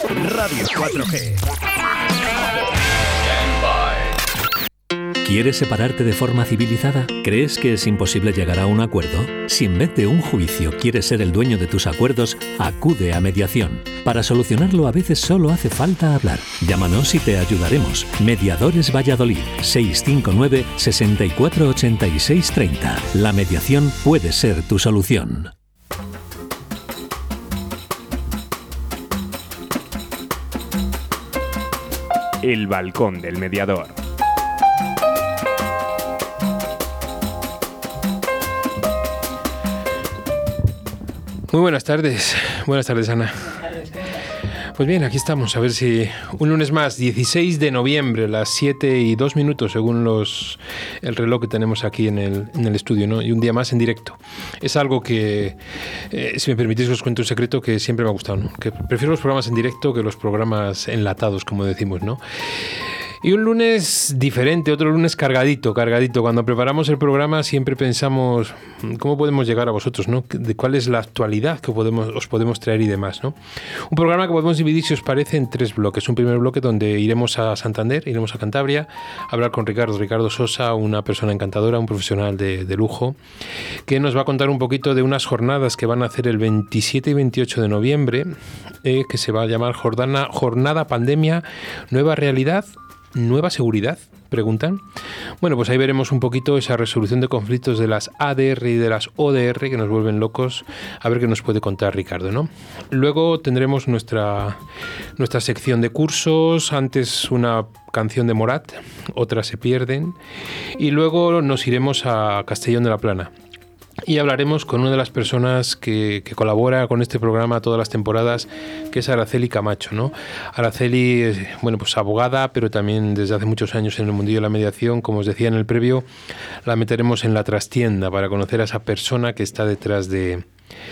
Radio 4G. ¿Quieres separarte de forma civilizada? ¿Crees que es imposible llegar a un acuerdo? Si en vez de un juicio quieres ser el dueño de tus acuerdos, acude a mediación. Para solucionarlo a veces solo hace falta hablar. Llámanos y te ayudaremos. Mediadores Valladolid, 659 64 86 30. La mediación puede ser tu solución. El balcón del mediador. Muy buenas tardes. Buenas tardes, Ana. Pues bien, aquí estamos, a ver si un lunes más, 16 de noviembre, las 7:02 según el reloj que tenemos aquí en el estudio, ¿no? Y un día más en directo. Es algo que, si me permitís, os cuento un secreto que siempre me ha gustado, ¿no? Que prefiero los programas en directo que los programas enlatados, como decimos, ¿no? Y un lunes diferente, otro lunes cargadito. Cuando preparamos el programa siempre pensamos cómo podemos llegar a vosotros, ¿no? De cuál es la actualidad que os podemos traer y demás, ¿no? Un programa que podemos dividir, si os parece, en 3 bloques. Un primer bloque donde iremos a Santander, iremos a Cantabria, a hablar con Ricardo Sosa, una persona encantadora, un profesional de lujo, que nos va a contar un poquito de unas jornadas que van a hacer el 27 y 28 de noviembre, que se va a llamar Jornada Pandemia, Nueva Realidad, ¿Nueva seguridad? Preguntan. Bueno, pues ahí veremos un poquito esa resolución de conflictos de las ADR y de las ODR que nos vuelven locos. A ver qué nos puede contar Ricardo, ¿no? Luego tendremos nuestra sección de cursos. Antes una canción de Morat, otras se pierden. Y luego nos iremos a Castellón de la Plana. Y hablaremos con una de las personas que colabora con este programa todas las temporadas, que es Araceli Camacho, ¿no? Araceli es, bueno, pues abogada, pero también desde hace muchos años en el mundillo de la mediación. Como os decía en el previo, la meteremos en la trastienda para conocer a esa persona que está detrás de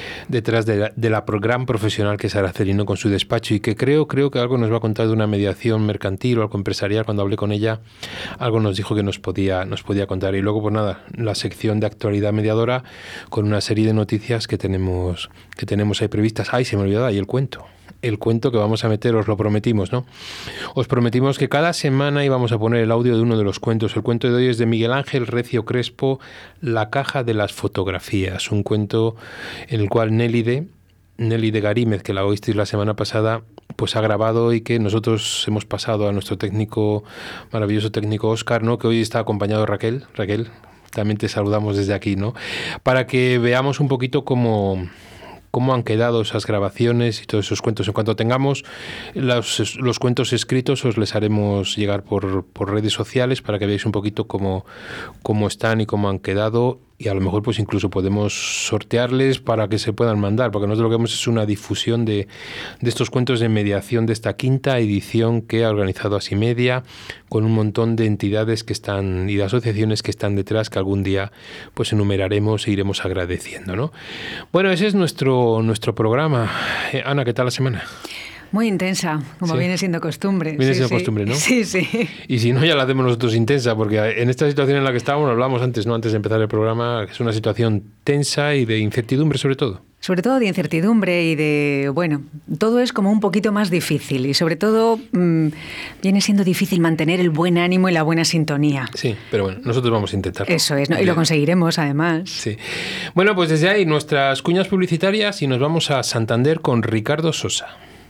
la gran profesional que es Araceli, ¿no? Con su despacho, y que creo que algo nos va a contar de una mediación mercantil o algo empresarial. Cuando hablé con ella, algo nos dijo que nos podía contar. Y luego, pues nada, la sección de actualidad mediadora con una serie de noticias que tenemos ahí previstas. Ay, se me olvidaba, y el cuento que vamos a meter, os lo prometimos, ¿no? Os prometimos que cada semana íbamos a poner el audio de uno de los cuentos. El cuento de hoy es de Miguel Ángel Recio Crespo, La caja de las fotografías, un cuento en el cual Nelly de Garímez, que la oísteis la semana pasada, pues ha grabado, y que nosotros hemos pasado a nuestro maravilloso técnico Óscar, ¿no? Que hoy está acompañado de Raquel, también te saludamos desde aquí, ¿no? Para que veamos un poquito cómo han quedado esas grabaciones y todos esos cuentos. En cuanto tengamos los cuentos escritos, os les haremos llegar por redes sociales para que veáis un poquito cómo están y cómo han quedado, y a lo mejor pues incluso podemos sortearles para que se puedan mandar, porque nosotros lo que hemos es una difusión de estos cuentos de mediación de esta 5ª edición que ha organizado Asimedia, con un montón de entidades y de asociaciones que están detrás, que algún día pues enumeraremos e iremos agradeciendo, ¿no? Bueno, ese es nuestro programa. Ana, ¿qué tal la semana? Muy intensa, como viene siendo costumbre. Viene siendo costumbre, ¿no? Sí. Y si no, ya la hacemos nosotros intensa, porque en esta situación en la que estábamos, hablamos antes de empezar el programa, que es una situación tensa y de incertidumbre sobre todo. Sobre todo de incertidumbre y de, bueno, todo es como un poquito más difícil, y sobre todo viene siendo difícil mantener el buen ánimo y la buena sintonía. Sí, pero bueno, nosotros vamos a intentarlo. Eso es, ¿no? Y lo conseguiremos además. Sí. Bueno, pues desde ahí nuestras cuñas publicitarias, y nos vamos a Santander con Ricardo Sosa.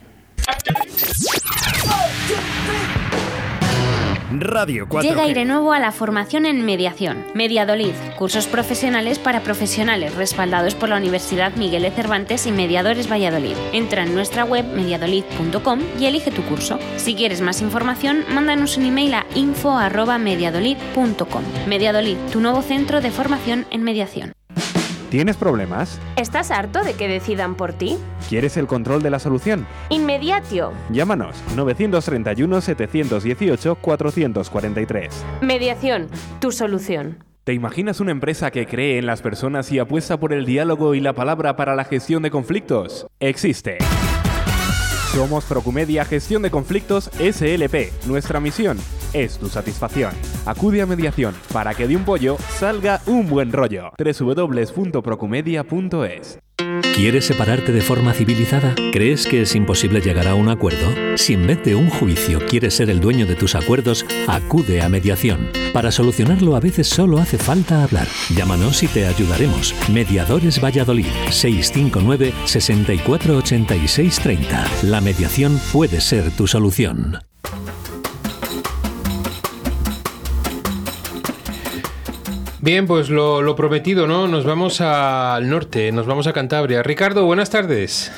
Radio 4G. Llega Aire Nuevo a la formación en mediación. Mediadolid, cursos profesionales para profesionales respaldados por la Universidad Miguel de Cervantes y Mediadores Valladolid. Entra en nuestra web mediadolid.com y elige tu curso. Si quieres más información, mándanos un email a info@mediadolid.com. Mediadolid, tu nuevo centro de formación en mediación. ¿Tienes problemas? ¿Estás harto de que decidan por ti? ¿Quieres el control de la solución? Inmediatio. Llámanos 931 718 443. Mediación, tu solución. ¿Te imaginas una empresa que cree en las personas y apuesta por el diálogo y la palabra para la gestión de conflictos? Existe. Somos Procumedia Gestión de Conflictos SLP. Nuestra misión es tu satisfacción. Acude a mediación para que de un pollo salga un buen rollo. www.procumedia.es. ¿Quieres separarte de forma civilizada? ¿Crees que es imposible llegar a un acuerdo? Si en vez de un juicio quieres ser el dueño de tus acuerdos, acude a mediación. Para solucionarlo a veces solo hace falta hablar. Llámanos y te ayudaremos. Mediadores Valladolid, 659 64 86 30. La mediación puede ser tu solución. Bien, pues lo prometido, ¿no? Nos vamos al norte, nos vamos a Cantabria. Ricardo, buenas tardes.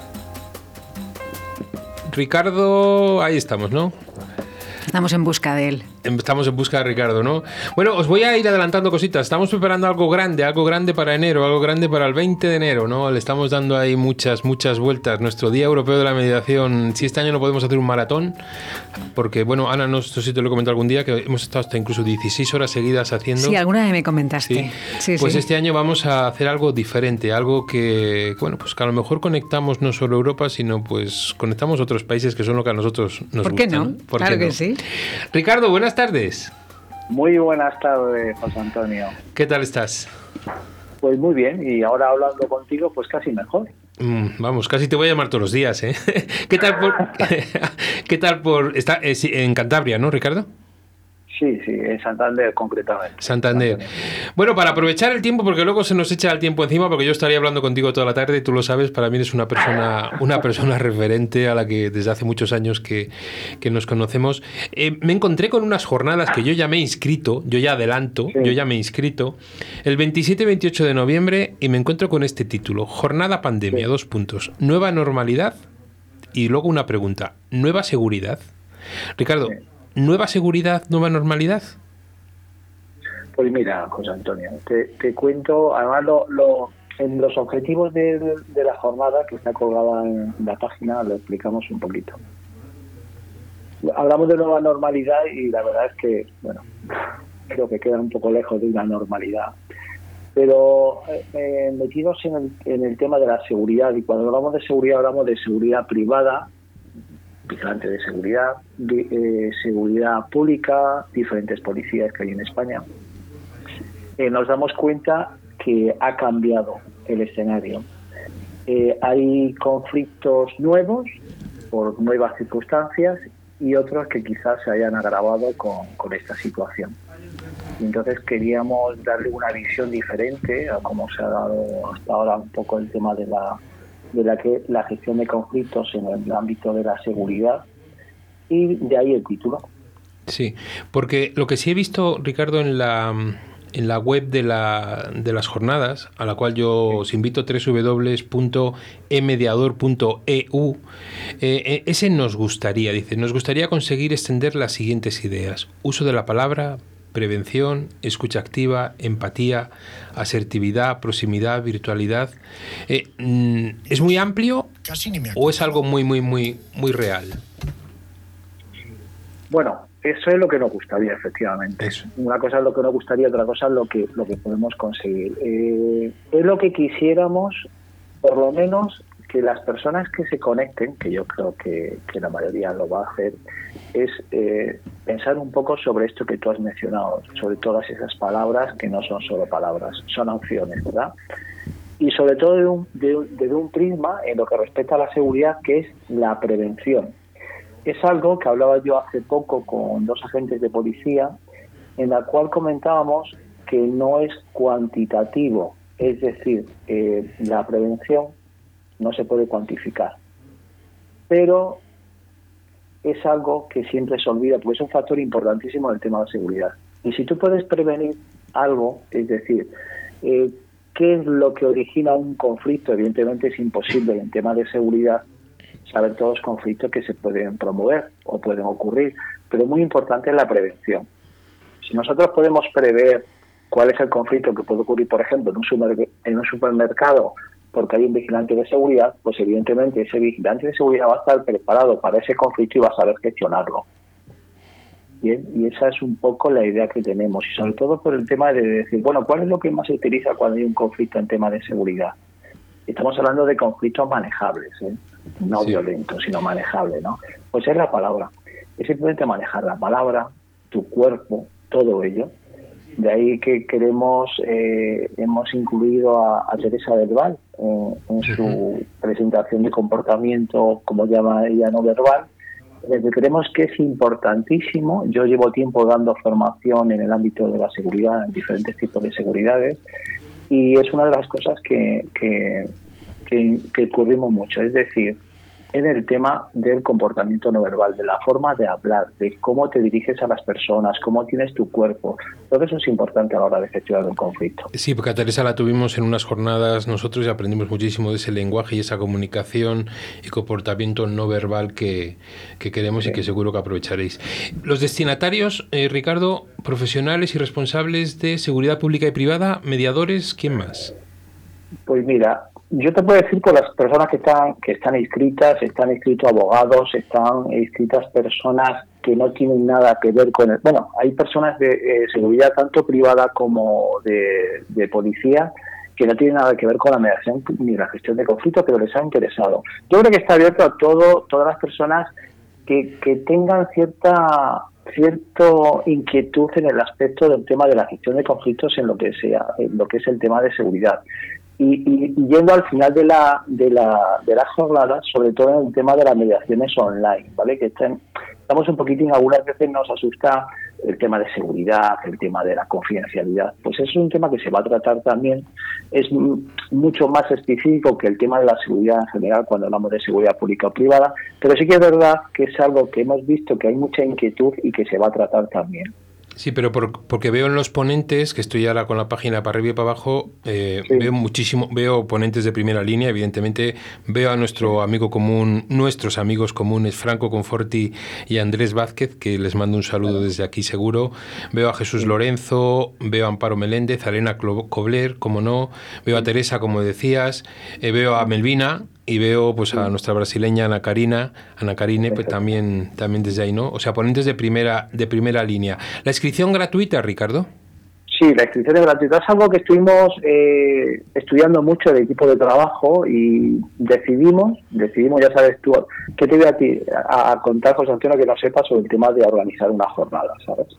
Ricardo, ahí estamos, ¿no? Estamos en busca de él. Estamos en busca de Ricardo, ¿no? Bueno, os voy a ir adelantando cositas. Estamos preparando algo grande para enero, algo grande para el 20 de enero, ¿no? Le estamos dando ahí muchas vueltas. Nuestro Día Europeo de la Mediación. Si este año no podemos hacer un maratón, porque, bueno, Ana, no sé si te lo he comentado algún día, que hemos estado hasta incluso 16 horas seguidas haciendo. Sí, alguna vez me comentaste. Sí, pues este año vamos a hacer algo diferente, algo que, bueno, pues que a lo mejor conectamos no solo Europa, sino pues conectamos otros países que son lo que a nosotros nos gusta. ¿Por qué no? Claro que sí. Ricardo, buenas tardes. Muy buenas tardes, José Antonio. ¿Qué tal estás? Pues muy bien, y ahora hablando contigo, pues casi mejor. Vamos, casi te voy a llamar todos los días, ¿eh? ¿Qué tal por está en Cantabria, ¿no, Ricardo? Sí, en Santander concretamente. Santander. Bueno, para aprovechar el tiempo, porque luego se nos echa el tiempo encima, porque yo estaría hablando contigo toda la tarde, tú lo sabes, para mí eres una persona referente a la que desde hace muchos años que nos conocemos. Me encontré con unas jornadas que yo ya me he inscrito, yo ya me he inscrito, el 27 y 28 de noviembre, y me encuentro con este título, Jornada Pandemia, 2 puntos, Nueva Normalidad, y luego una pregunta, ¿Nueva Seguridad? Ricardo, ¿Nueva seguridad, nueva normalidad? Pues mira, José Antonio, te cuento, además en los objetivos de la jornada que está colgada en la página lo explicamos un poquito. Hablamos de nueva normalidad y la verdad es que, bueno, creo que queda un poco lejos de una normalidad. Pero metidos en el tema de la seguridad, y cuando hablamos de seguridad privada, vigilante de seguridad, seguridad pública, diferentes policías que hay en España, nos damos cuenta que ha cambiado el escenario. Hay conflictos nuevos por nuevas circunstancias y otros que quizás se hayan agravado con esta situación. Y entonces queríamos darle una visión diferente a cómo se ha dado hasta ahora un poco el tema de la gestión de conflictos en el ámbito de la seguridad, y de ahí el título. Sí, porque lo que sí he visto, Ricardo, en la web de las jornadas, a la cual yo os invito, www.emediador.eu, ese nos gustaría conseguir extender las siguientes ideas: uso de la palabra, prevención, escucha activa, empatía, asertividad, proximidad, virtualidad. ¿Es muy amplio o es algo muy real? Bueno, eso es lo que nos gustaría, efectivamente. Eso. Una cosa es lo que nos gustaría, otra cosa es lo que podemos conseguir. Es lo que quisiéramos, por lo menos, que las personas que se conecten, que yo creo que la mayoría lo va a hacer, es pensar un poco sobre esto que tú has mencionado, sobre todas esas palabras que no son solo palabras, son acciones, ¿verdad? Y sobre todo desde un prisma en lo que respecta a la seguridad, que es la prevención. Es algo que hablaba yo hace poco con 2 agentes de policía, en la cual comentábamos que no es cuantitativo, es decir, la prevención no se puede cuantificar, pero es algo que siempre se olvida, porque es un factor importantísimo en el tema de seguridad. Y si tú puedes prevenir algo, es decir, ¿qué es lo que origina un conflicto? Evidentemente es imposible en tema de seguridad saber todos los conflictos que se pueden promover o pueden ocurrir, pero muy importante es la prevención. Si nosotros podemos prever cuál es el conflicto que puede ocurrir, por ejemplo, en un supermercado, porque hay un vigilante de seguridad, pues evidentemente ese vigilante de seguridad va a estar preparado para ese conflicto y va a saber gestionarlo. Bien, y esa es un poco la idea que tenemos, y sobre todo por el tema de decir, bueno, ¿cuál es lo que más se utiliza cuando hay un conflicto en tema de seguridad? Estamos hablando de conflictos manejables, no violentos, sino manejables, ¿no? Pues es la palabra. Es simplemente manejar la palabra, tu cuerpo, todo ello. De ahí que hemos incluido a Teresa del Val, en su presentación de comportamiento, como llama ella, no verbal, en el que creemos que es importantísimo. Yo llevo tiempo dando formación en el ámbito de la seguridad, en diferentes tipos de seguridades, y es una de las cosas que ocurrimos mucho, es decir, en el tema del comportamiento no verbal, de la forma de hablar, de cómo te diriges a las personas, cómo tienes tu cuerpo. Todo eso es importante a la hora de gestionar un conflicto. Sí, porque a Teresa la tuvimos en unas jornadas nosotros y aprendimos muchísimo de ese lenguaje y esa comunicación y comportamiento no verbal que queremos y que seguro que aprovecharéis. Los destinatarios, Ricardo, profesionales y responsables de seguridad pública y privada, mediadores, ¿quién más? Pues mira, yo te puedo decir por las personas que están inscritas, están inscritos abogados, están inscritas personas que no tienen nada que ver con bueno, hay personas de seguridad tanto privada como de policía que no tienen nada que ver con la mediación ni la gestión de conflictos, pero les ha interesado. Yo creo que está abierto a todas las personas que tengan cierta inquietud en el aspecto del tema de la gestión de conflictos en lo que es el tema de seguridad. Y yendo al final de la jornada, sobre todo en el tema de las mediaciones online, ¿vale? Que estamos un poquitín, algunas veces nos asusta el tema de seguridad, el tema de la confidencialidad. Pues eso es un tema que se va a tratar también, es mucho más específico que el tema de la seguridad en general cuando hablamos de seguridad pública o privada, pero sí que es verdad que es algo que hemos visto que hay mucha inquietud y que se va a tratar también. Sí, pero porque veo en los ponentes, que estoy ahora con la página para arriba y para abajo, sí. Veo ponentes de primera línea, evidentemente, veo a nuestro amigo común, nuestros amigos comunes, Franco Conforti y Andrés Vázquez, que les mando un saludo desde aquí seguro, veo a Jesús Lorenzo, veo a Amparo Meléndez, a Elena Cobler, como no, veo a Teresa, como decías, veo a Melvina, y veo pues a nuestra brasileña Ana Karine, pues también desde ahí, ¿no? O sea, ponentes de primera línea. ¿La inscripción gratuita, Ricardo? Sí, la inscripción es gratuita. Es algo que estuvimos estudiando mucho el equipo de trabajo y decidimos, ya sabes tú, ¿qué te voy a contar, José Antonio, que no sepas sobre el tema de organizar una jornada, ¿sabes?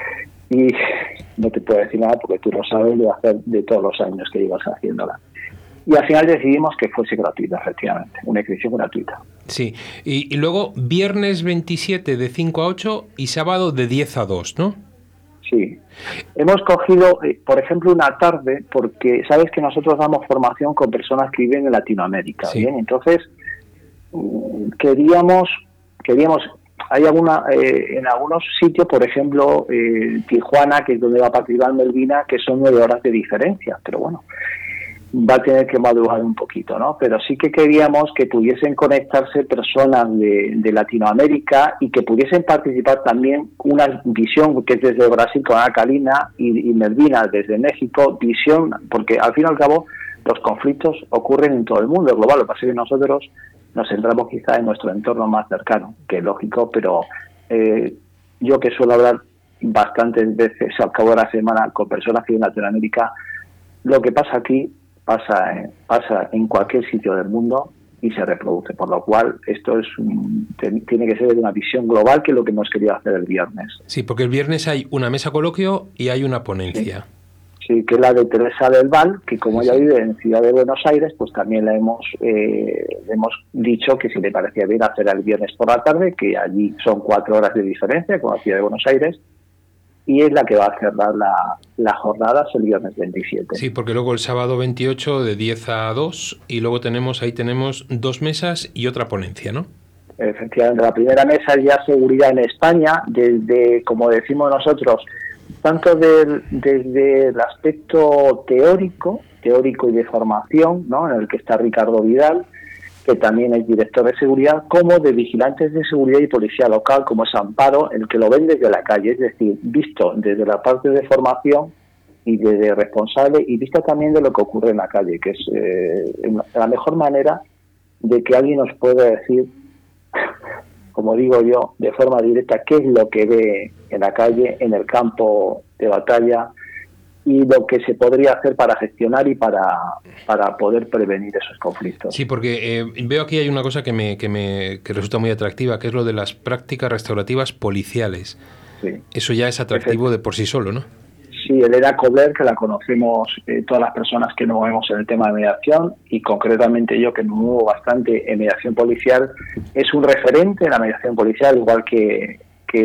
Y no te puedo decir nada porque tú lo sabes de todos los años que llevas haciéndola. Y al final decidimos que fuese gratuita, efectivamente, una inscripción gratuita. Sí, y luego viernes 27 de 5 a 8 y sábado de 10 a 2, ¿no? Sí. Hemos cogido, por ejemplo, una tarde, porque sabes que nosotros damos formación con personas que viven en Latinoamérica, sí. ¿Bien? Entonces, queríamos hay en algunos sitios, por ejemplo, Tijuana, que es donde va a participar Melvina, que son 9 horas de diferencia, pero bueno, va a tener que madrugar un poquito, ¿no? Pero sí que queríamos que pudiesen conectarse personas de Latinoamérica y que pudiesen participar también una visión que es desde Brasil con Ana Karina y Melvina desde México, visión, porque al fin y al cabo los conflictos ocurren en todo el mundo global. Lo que pasa es que nosotros nos centramos quizá en nuestro entorno más cercano, que es lógico, pero yo que suelo hablar bastantes veces al cabo de la semana con personas que viven en Latinoamérica, lo que pasa aquí pasa en cualquier sitio del mundo y se reproduce, por lo cual esto tiene que ser de una visión global, que es lo que hemos querido hacer el viernes. Sí, porque el viernes hay una mesa coloquio y hay una ponencia. Sí, que es la de Teresa del Val, que como ella vive en Ciudad de Buenos Aires, pues también le hemos dicho que si le parecía bien hacer el viernes por la tarde, que allí son 4 horas de diferencia con la Ciudad de Buenos Aires, y es la que va a cerrar las jornadas el viernes 27. Sí, porque luego el sábado 28 de 10 a 2 y luego tenemos 2 mesas y otra ponencia, ¿no? Efectivamente, la primera mesa es ya seguridad en España, desde, como decimos nosotros, tanto desde el aspecto teórico y de formación, ¿no? En el que está Ricardo Vidal, que también es director de seguridad, como de vigilantes de seguridad y policía local, como es Amparo, el que lo ven desde la calle, es decir, visto desde la parte de formación y desde responsable, y visto también de lo que ocurre en la calle, que es la mejor manera de que alguien nos pueda decir, como digo yo, de forma directa, qué es lo que ve en la calle, en el campo de batalla, y lo que se podría hacer para gestionar y para poder prevenir esos conflictos. Sí, porque veo aquí hay una cosa que resulta muy atractiva, que es lo de las prácticas restaurativas policiales. Sí. Eso ya es atractivo de por sí solo, ¿no? Sí, Elena Kobler, que la conocemos todas las personas que nos movemos en el tema de mediación, y concretamente yo, que me muevo bastante en mediación policial, es un referente en la mediación policial, igual que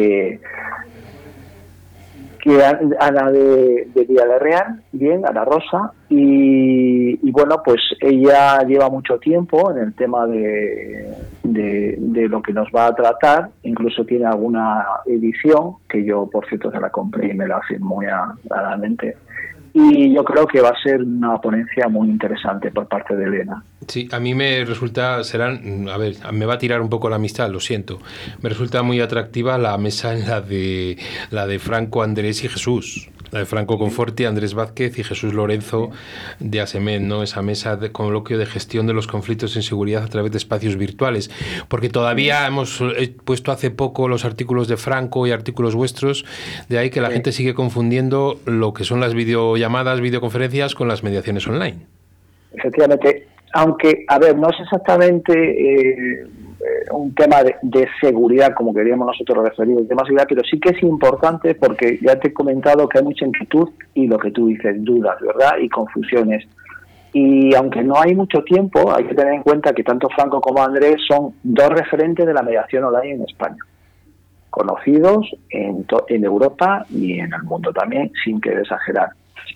Ana de Villarreal, bien, Ana Rosa, y bueno, pues ella lleva mucho tiempo en el tema de lo que nos va a tratar, incluso tiene alguna edición, que yo por cierto se la compré y me la firmó ya claramente, y yo creo que va a ser una ponencia muy interesante por parte de Elena. Sí, a mí me resulta, me va a tirar un poco la amistad, lo siento. Me resulta muy atractiva la mesa en la de Franco, Andrés y Jesús. La de Franco Conforti, Andrés Vázquez y Jesús Lorenzo de ASEMED, ¿no? Esa mesa de coloquio de gestión de los conflictos en seguridad a través de espacios virtuales. Porque todavía hemos puesto hace poco los artículos de Franco y artículos vuestros, de ahí que la gente sigue confundiendo lo que son las videollamadas, videoconferencias con las mediaciones online. Efectivamente. Aunque, a ver, no es exactamente un tema de seguridad, como queríamos nosotros referir, el tema de seguridad, pero sí que es importante porque ya te he comentado que hay mucha inquietud y lo que tú dices, dudas, ¿verdad? Y confusiones. Y aunque no hay mucho tiempo, hay que tener en cuenta que tanto Franco como Andrés son dos referentes de la mediación online en España, conocidos en Europa y en el mundo también, sin querer exagerar.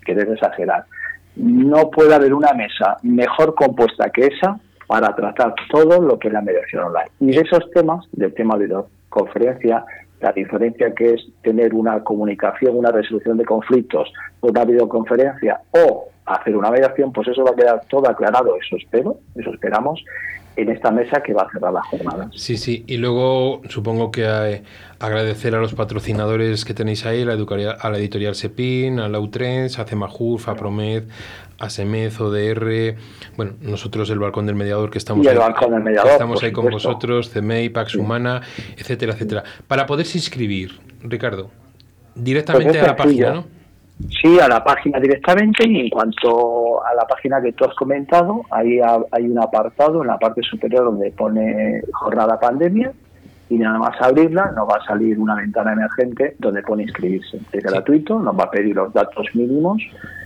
No puede haber una mesa mejor compuesta que esa para tratar todo lo que es la mediación online. Y de esos temas, del tema de videoconferencia, la diferencia que es tener una comunicación, una resolución de conflictos por una videoconferencia o hacer una mediación, pues eso va a quedar todo aclarado, eso esperamos, en esta mesa que va a cerrar la jornada. Sí, y luego supongo que agradecer a los patrocinadores que tenéis ahí, a la editorial Sepin, a Lautrens, a Cemajuf, a Promed, a ASEMED, ODR, bueno, nosotros el Balcón del Mediador, que estamos, ahí con vosotros, CEMEI, Pax Humana, etcétera, etcétera. Para poderse inscribir, Ricardo, directamente a la página, ¿no? Sí, a la página directamente, y en cuanto a la página que tú has comentado, ahí hay un apartado en la parte superior donde pone jornada pandemia, y nada más abrirla nos va a salir una ventana emergente donde pone inscribirse. Es gratuito, nos va a pedir los datos mínimos,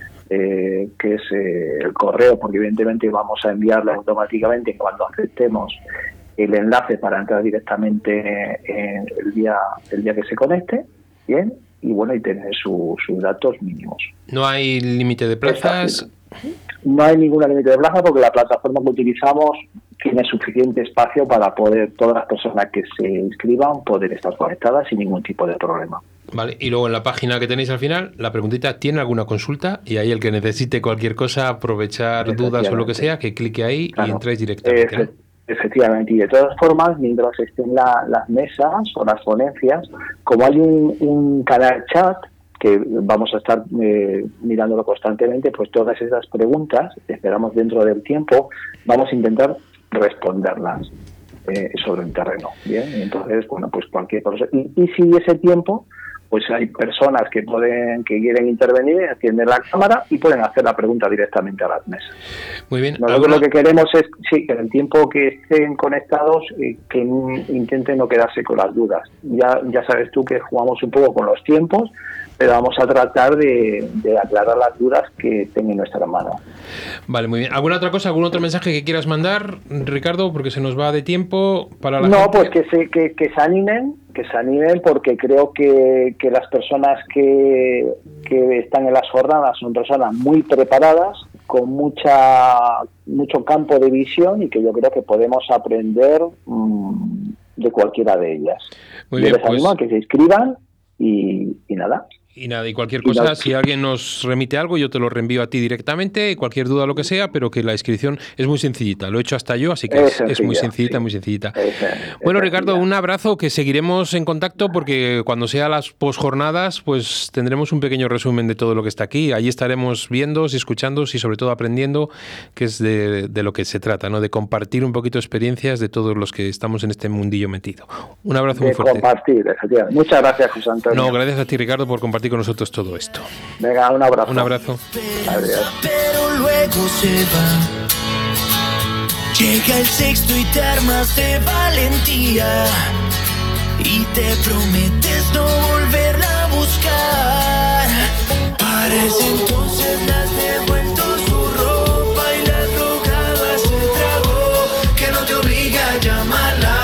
que es el correo, porque evidentemente vamos a enviarla automáticamente cuando aceptemos el enlace para entrar directamente el día que se conecte, bien. Y bueno, y tener sus datos mínimos. ¿No hay límite de plazas? No hay ningún límite de plazas porque la plataforma que utilizamos tiene suficiente espacio para poder, todas las personas que se inscriban, poder estar conectadas sin ningún tipo de problema. Vale, y luego en la página que tenéis al final, la preguntita, ¿tiene alguna consulta? Y ahí el que necesite cualquier cosa, aprovechar dudas o lo que sea, que clique ahí y entréis directamente, ¿no? Efectivamente, y de todas formas, mientras estén las mesas o las ponencias, como hay un canal chat que vamos a estar mirándolo constantemente, pues todas esas preguntas, esperamos dentro del tiempo, vamos a intentar responderlas sobre el terreno, ¿bien? Entonces, bueno, pues cualquier cosa. Y si ese tiempo, pues hay personas que quieren intervenir, encienden la cámara y pueden hacer la pregunta directamente a las mesas. Muy bien. Nosotros lo que queremos es, sí, que en el tiempo que estén conectados, que intenten no quedarse con las dudas. Ya sabes tú que jugamos un poco con los tiempos, pero vamos a tratar de aclarar las dudas que tengan en nuestra mano. Vale, muy bien. ¿Alguna otra cosa, algún otro mensaje que quieras mandar, Ricardo? Porque se nos va de tiempo para la gente. Pues que se animen, porque creo que las personas que están en las jornadas son personas muy preparadas, con mucho campo de visión, y que yo creo que podemos aprender de cualquiera de ellas. Muy bien, les animo a que se inscriban y nada. Y cualquier cosa, si alguien nos remite algo, yo te lo reenvío a ti directamente, cualquier duda, lo que sea, pero que la inscripción es muy sencillita. Lo he hecho hasta yo, así que es muy sencillita, sí. Muy sencillita. Bueno, Ricardo, un abrazo, que seguiremos en contacto, porque cuando sea las posjornadas, pues tendremos un pequeño resumen de todo lo que está aquí. Allí estaremos viendo, escuchando y sobre todo aprendiendo, que es de lo que se trata, ¿no? De compartir un poquito experiencias de todos los que estamos en este mundillo metido. Un abrazo muy fuerte. Compartir, efectivamente. Muchas gracias, José Antonio. No, gracias a ti, Ricardo, por compartir con nosotros todo esto. Venga, un abrazo. Un abrazo. Adiós. Pero luego se va. Llega el sexto y te armas de valentía y te prometes no volverla a buscar. Parece entonces le has devuelto su ropa y le has rogado a ese trago que no te obliga a llamarla.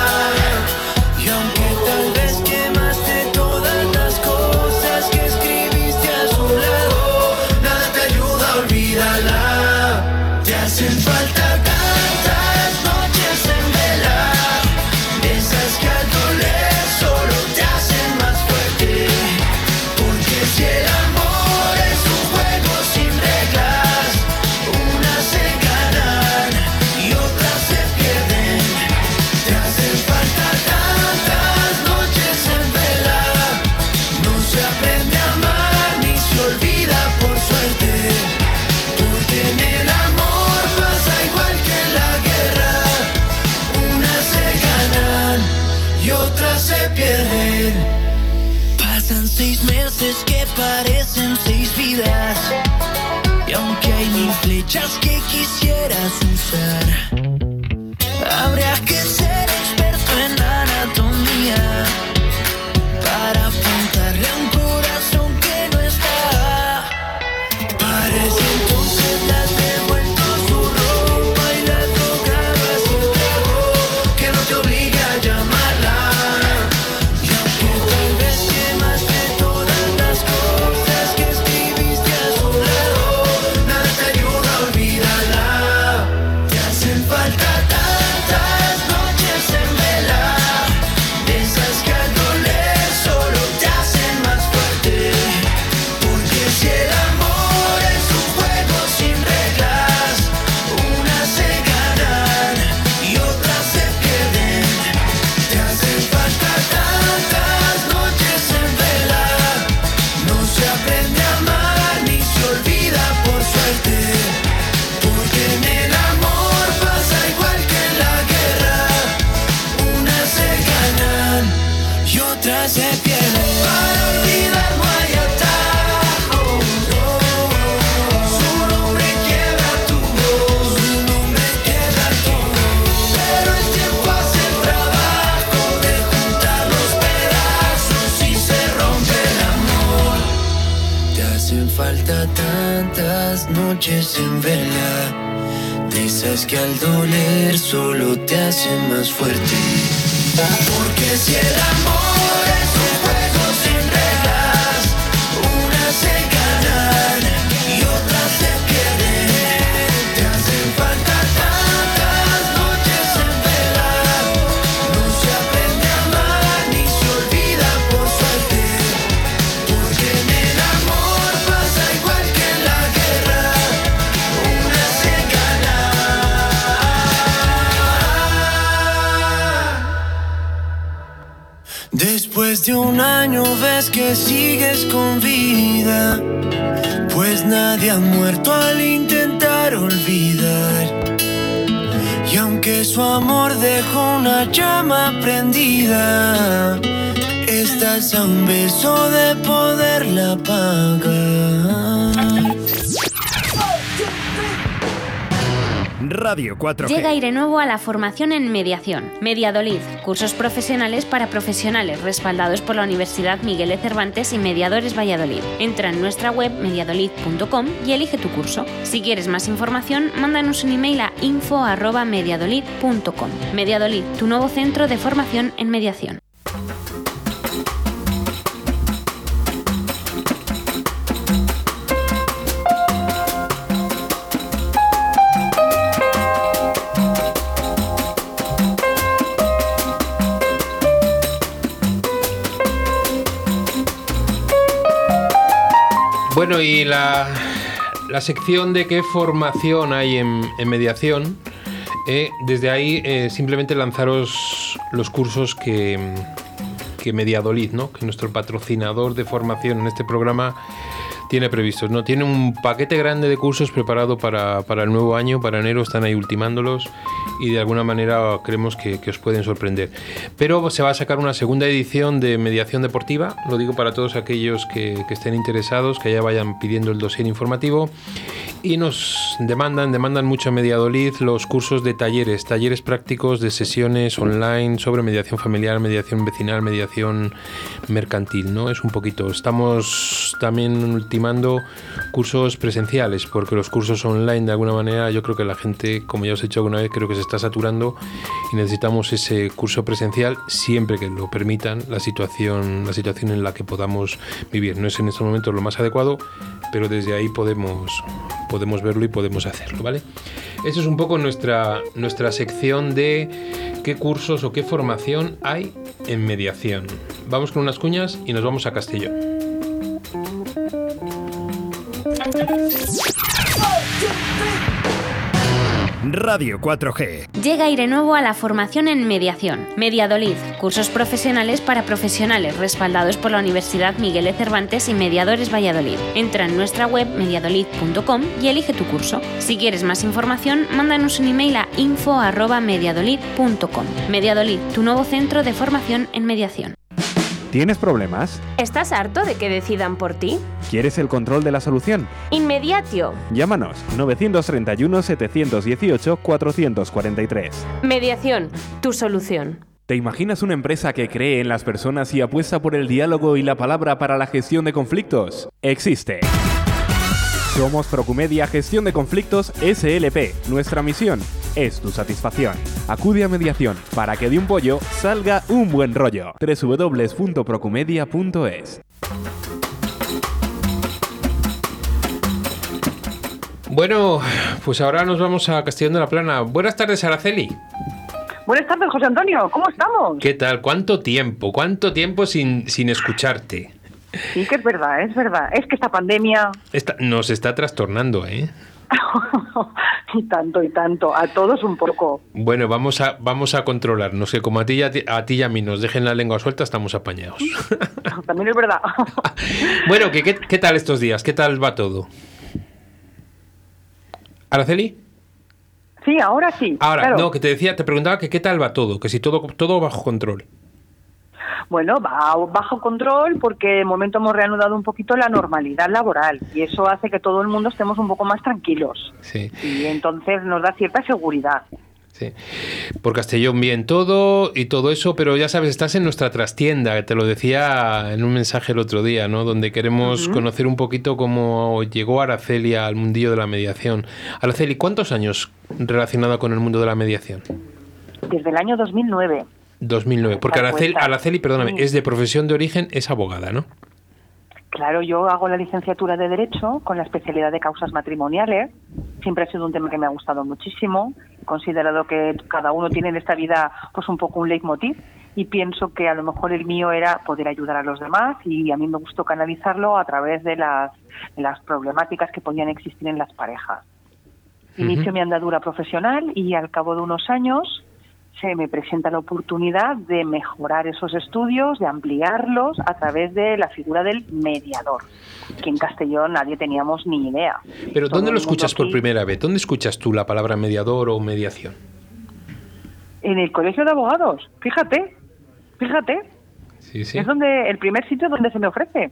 Y aunque tal vez quemaste todas las cosas que escribiste a su lado, nada te ayuda a olvidarla. Te hacen falta tantas noches en vela, de esas que al doler solo te hacen más fuerte. Porque si el amor es un juego sin reglas, unas se ganan y otras se pierden. Te hacen falta tantas noches en vela, no se aprende a amar ni se olvida por suerte. Porque en el amor pasa igual que en la guerra, unas se ganan y otras se pierden. Pasan 6 meses que parecen 6 vidas, y aunque hay 1000 flechas que quisieras usar, habría que ser experto en anatomía para apuntarle a un corazón que no está. Parece entonces le has devuelto su ropa y le has rogado a ese trago que no te obliga a llamarla. Y aunque tal vez quemaste todas las cosas que escribiste a su lado, nada te ayuda a olvidarla. Te hacen falta tantas noches en vela, de esas que al doler solo te hacen más fuerte. Porque si el amor es un juego sin reglas, unas se ganan y otras se pierden. Te hacen falta tantas noches en vela, no se aprende a amar ni se olvida por suerte. Porque en el amor pasa igual que en la guerra, unas se ganan y otras se pierden. Para olvidar no hay atajos, su nombre quiebra tu voz, su nombre quiebra todo. Pero el tiempo hace el trabajo de juntar los pedazos y se rompe el amor. Te hacen falta tantas noches en vela, de esas que al doler solo te hacen más fuerte. Porque si el amor es un juego sin reglas, unas se ganan y otras se pierden. Te hacen falta tantas noches en vela, no se aprende a amar ni se olvida por suerte. Porque en el amor pasa igual que en la guerra, unas se ganan. Después de un año ves que sigues con vida, pues nadie ha muerto al intentar olvidar. Y aunque su amor dejó una llama prendida, estás a un beso de poderla apagar. Radio 4G. Llega Aire Nuevo a la formación en mediación. Mediadolid, cursos profesionales para profesionales respaldados por la Universidad Miguel de Cervantes y Mediadores Valladolid. Entra en nuestra web mediadolid.com y elige tu curso. Si quieres más información, mándanos un email a info@mediadolid.com. Mediadolid, tu nuevo centro de formación en mediación. Bueno, y la sección de qué formación hay en mediación, desde ahí simplemente lanzaros los cursos que Mediadolid, ¿no?, que nuestro patrocinador de formación en este programa tiene previstos, ¿no? Tiene un paquete grande de cursos preparado para el nuevo año, para enero, están ahí ultimándolos y de alguna manera creemos que os pueden sorprender. Pero se va a sacar una segunda edición de mediación deportiva, lo digo para todos aquellos que estén interesados, que ya vayan pidiendo el dossier informativo. Y nos demandan mucho en Mediadolid los cursos de talleres prácticos de sesiones online sobre mediación familiar, mediación vecinal, mediación mercantil, ¿no? Es un poquito. Estamos también ultimando cursos presenciales, porque los cursos online, de alguna manera, yo creo que la gente, como ya os he dicho alguna vez, creo que se está saturando y necesitamos ese curso presencial siempre que lo permitan la situación en la que podamos vivir. No es en estos momentos lo más adecuado, pero desde ahí podemos verlo y podemos hacerlo, ¿vale? Eso es un poco nuestra sección de qué cursos o qué formación hay en mediación. Vamos con unas cuñas y nos vamos a Castellón. Radio 4G. Llega aire nuevo a la formación en mediación. Mediadolid, cursos profesionales para profesionales respaldados por la Universidad Miguel de Cervantes y Mediadores Valladolid. Entra en nuestra web mediadolid.com y elige tu curso. Si quieres más información, mándanos un email a info@mediadolid.com. Mediadolid, tu nuevo centro de formación en mediación. ¿Tienes problemas? ¿Estás harto de que decidan por ti? ¿Quieres el control de la solución? Inmediatio. Llámanos 931 718 443. Mediación, tu solución. ¿Te imaginas una empresa que cree en las personas y apuesta por el diálogo y la palabra para la gestión de conflictos? Existe. Somos Procumedia Gestión de Conflictos SLP. Nuestra misión es tu satisfacción. Acude a mediación para que de un pollo salga un buen rollo. www.procumedia.es. Bueno, pues ahora nos vamos a Castellón de la Plana. Buenas tardes, Araceli. Buenas tardes, José Antonio. ¿Cómo estamos? ¿Qué tal? ¿Cuánto tiempo sin escucharte? Sí, que es verdad. Es que esta pandemia... Nos está trastornando, ¿eh? y tanto. A todos un poco. Bueno, vamos a controlar. No sé, como a ti y a mí nos dejen la lengua suelta, estamos apañados. También es verdad. Bueno, ¿qué tal estos días? ¿Qué tal va todo? ¿Araceli? Sí, ahora sí. Ahora, claro. No, que te preguntaba que qué tal va todo, que si todo bajo control. Bueno, va bajo control porque de momento hemos reanudado un poquito la normalidad laboral y eso hace que todo el mundo estemos un poco más tranquilos. Sí. Y entonces nos da cierta seguridad. Sí. Por Castellón bien todo y todo eso, pero ya sabes, estás en nuestra trastienda, que te lo decía en un mensaje el otro día, ¿no? Donde queremos conocer un poquito cómo llegó Araceli al mundillo de la mediación. Araceli, ¿cuántos años relacionada con el mundo de la mediación? Desde el año 2009. 2009, porque Araceli, perdóname, es de profesión de origen, es abogada, ¿no? Claro, yo hago la licenciatura de Derecho con la especialidad de causas matrimoniales. Siempre ha sido un tema que me ha gustado muchísimo. He considerado que cada uno tiene en esta vida pues un poco un leitmotiv y pienso que a lo mejor el mío era poder ayudar a los demás y a mí me gustó canalizarlo a través de las problemáticas que podían existir en las parejas. Inicio mi andadura profesional y al cabo de unos años se me presenta la oportunidad de mejorar esos estudios, de ampliarlos a través de la figura del mediador, que en Castellón nadie teníamos ni idea. Pero ¿dónde lo escuchas por primera vez? ¿Dónde escuchas tú la palabra mediador o mediación? En el Colegio de Abogados, fíjate. Sí, sí. Es el primer sitio donde se me ofrece.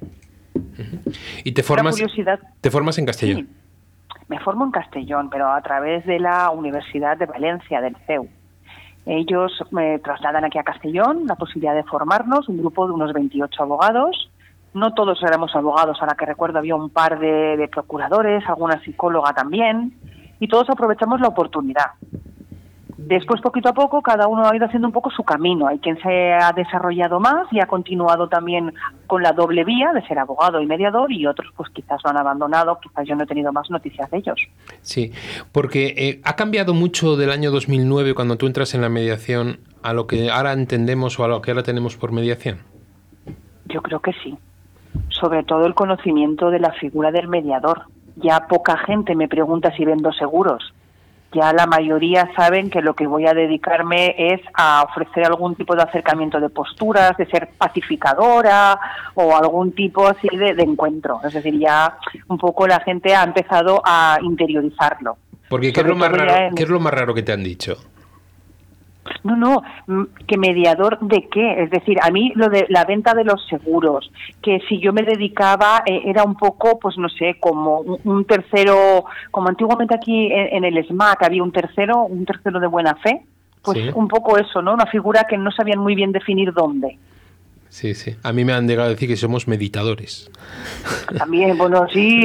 ¿Y te formas en Castellón? Sí, me formo en Castellón, pero a través de la Universidad de Valencia, del CEU. Ellos me trasladan aquí a Castellón, la posibilidad de formarnos, un grupo de unos 28 abogados. No todos éramos abogados, a la que recuerdo había un par de procuradores, alguna psicóloga también, y todos aprovechamos la oportunidad. Después, poquito a poco, cada uno ha ido haciendo un poco su camino. Hay quien se ha desarrollado más y ha continuado también con la doble vía de ser abogado y mediador, y otros pues quizás lo han abandonado, quizás yo no he tenido más noticias de ellos. Sí, porque ha cambiado mucho del año 2009 cuando tú entras en la mediación a lo que ahora entendemos o a lo que ahora tenemos por mediación. Yo creo que sí. Sobre todo el conocimiento de la figura del mediador. Ya poca gente me pregunta si vendo seguros. Ya la mayoría saben que lo que voy a dedicarme es a ofrecer algún tipo de acercamiento de posturas, de ser pacificadora o algún tipo así de encuentro. Es decir, ya un poco la gente ha empezado a interiorizarlo. Porque ¿qué es lo más raro que te han dicho? No, ¿que mediador de qué? Es decir, a mí lo de la venta de los seguros, que si yo me dedicaba era un poco, pues no sé, como un tercero, como antiguamente aquí en el SMAC había un tercero de buena fe, pues sí. Un poco eso, ¿no? Una figura que no sabían muy bien definir dónde. Sí. A mí me han llegado a decir que somos meditadores. También, bueno, sí.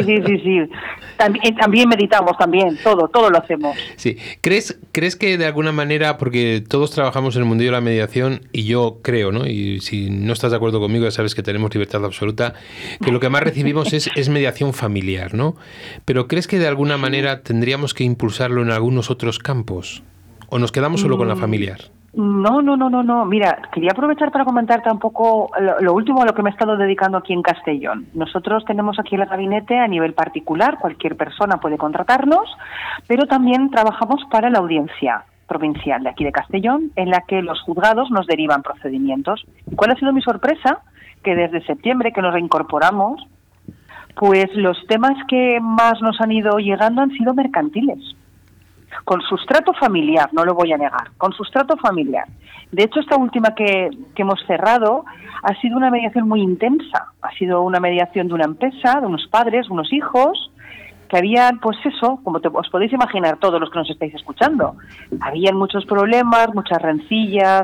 También meditamos, todo lo hacemos. Sí. ¿Crees que de alguna manera, porque todos trabajamos en el mundillo de la mediación, y yo creo, ¿no? Y si no estás de acuerdo conmigo, ya sabes que tenemos libertad absoluta, que lo que más recibimos es mediación familiar, ¿no? Pero ¿crees que de alguna manera tendríamos que impulsarlo en algunos otros campos? ¿O nos quedamos solo con la familiar? No. Mira, quería aprovechar para comentarte un poco lo último a lo que me he estado dedicando aquí en Castellón. Nosotros tenemos aquí el gabinete a nivel particular, cualquier persona puede contratarnos, pero también trabajamos para la audiencia provincial de aquí de Castellón, en la que los juzgados nos derivan procedimientos. ¿Cuál ha sido mi sorpresa? Que desde septiembre que nos reincorporamos, pues los temas que más nos han ido llegando han sido mercantiles. Con sustrato familiar, no lo voy a negar, con sustrato familiar. De hecho, esta última que hemos cerrado ha sido una mediación muy intensa. Ha sido una mediación de una empresa, de unos padres, unos hijos, que habían, pues eso, como os podéis imaginar todos los que nos estáis escuchando, habían muchos problemas, muchas rencillas,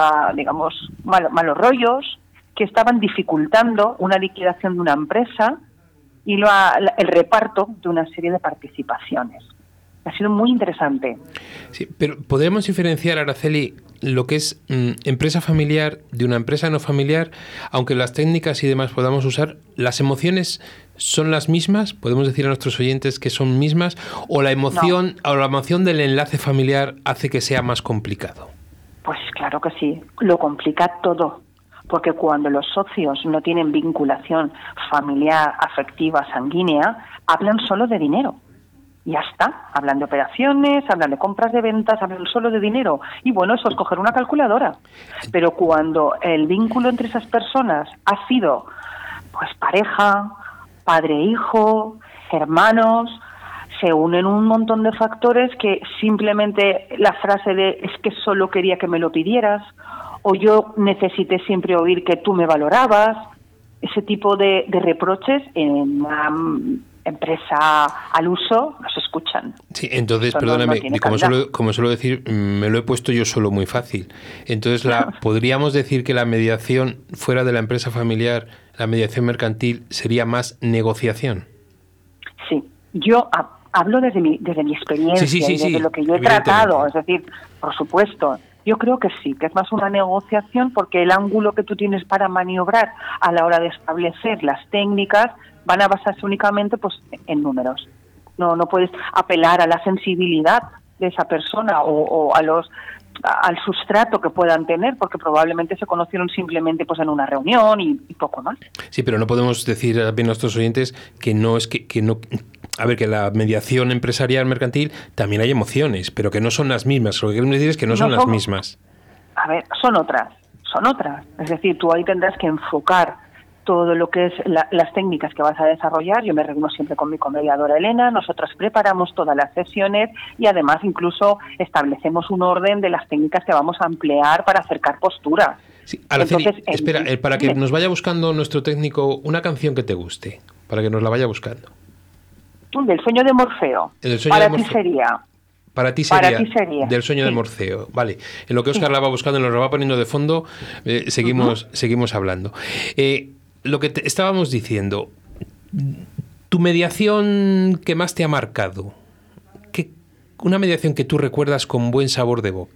malos rollos, que estaban dificultando una liquidación de una empresa y el reparto de una serie de participaciones. Ha sido muy interesante. Sí, pero ¿podemos diferenciar, Araceli, lo que es empresa familiar de una empresa no familiar? Aunque las técnicas y demás podamos usar, ¿las emociones son las mismas? ¿Podemos decir a nuestros oyentes que son mismas? ¿O la emoción, o la emoción del enlace familiar hace que sea más complicado? Pues claro que sí. Lo complica todo. Porque cuando los socios no tienen vinculación familiar, afectiva, sanguínea, hablan solo de dinero. Ya está, hablan de operaciones, hablan de compras de ventas, hablan solo de dinero. Y bueno, eso es coger una calculadora. Pero cuando el vínculo entre esas personas ha sido pues pareja, padre-hijo, hermanos, se unen un montón de factores que simplemente la frase de es que solo quería que me lo pidieras, o yo necesité siempre oír que tú me valorabas, ese tipo de reproches en una empresa al uso nos escuchan. Sí, entonces, perdóname, como suelo decir, me lo he puesto yo solo muy fácil. Entonces, ¿podríamos decir que la mediación fuera de la empresa familiar, la mediación mercantil, sería más negociación? Sí, yo hablo desde mi experiencia y desde lo que yo he tratado, es decir, por supuesto. Yo creo que sí, que es más una negociación porque el ángulo que tú tienes para maniobrar a la hora de establecer las técnicas van a basarse únicamente pues en números. No puedes apelar a la sensibilidad de esa persona o al sustrato que puedan tener, porque probablemente se conocieron simplemente pues en una reunión y poco más. Sí, pero no podemos decir a nuestros oyentes que no es que no. A ver, que la mediación empresarial mercantil también hay emociones, pero que no son las mismas. Lo que queremos decir es que no son las mismas. A ver, son otras. Es decir, tú ahí tendrás que enfocar todo lo que es las técnicas que vas a desarrollar. Yo me reúno siempre con mi comediadora Elena, nosotros preparamos todas las sesiones y además incluso establecemos un orden de las técnicas que vamos a emplear para acercar posturas. Sí, Araceli, espera, para que nos vaya buscando nuestro técnico una canción que te guste, para que nos la vaya buscando. Del sueño de Morfeo. Para ti sería. Del sueño de Morfeo. Vale. En lo que Óscar la va buscando y nos lo va poniendo de fondo, seguimos hablando. Lo que estábamos diciendo, tu mediación que más te ha marcado, una mediación que tú recuerdas con buen sabor de boca.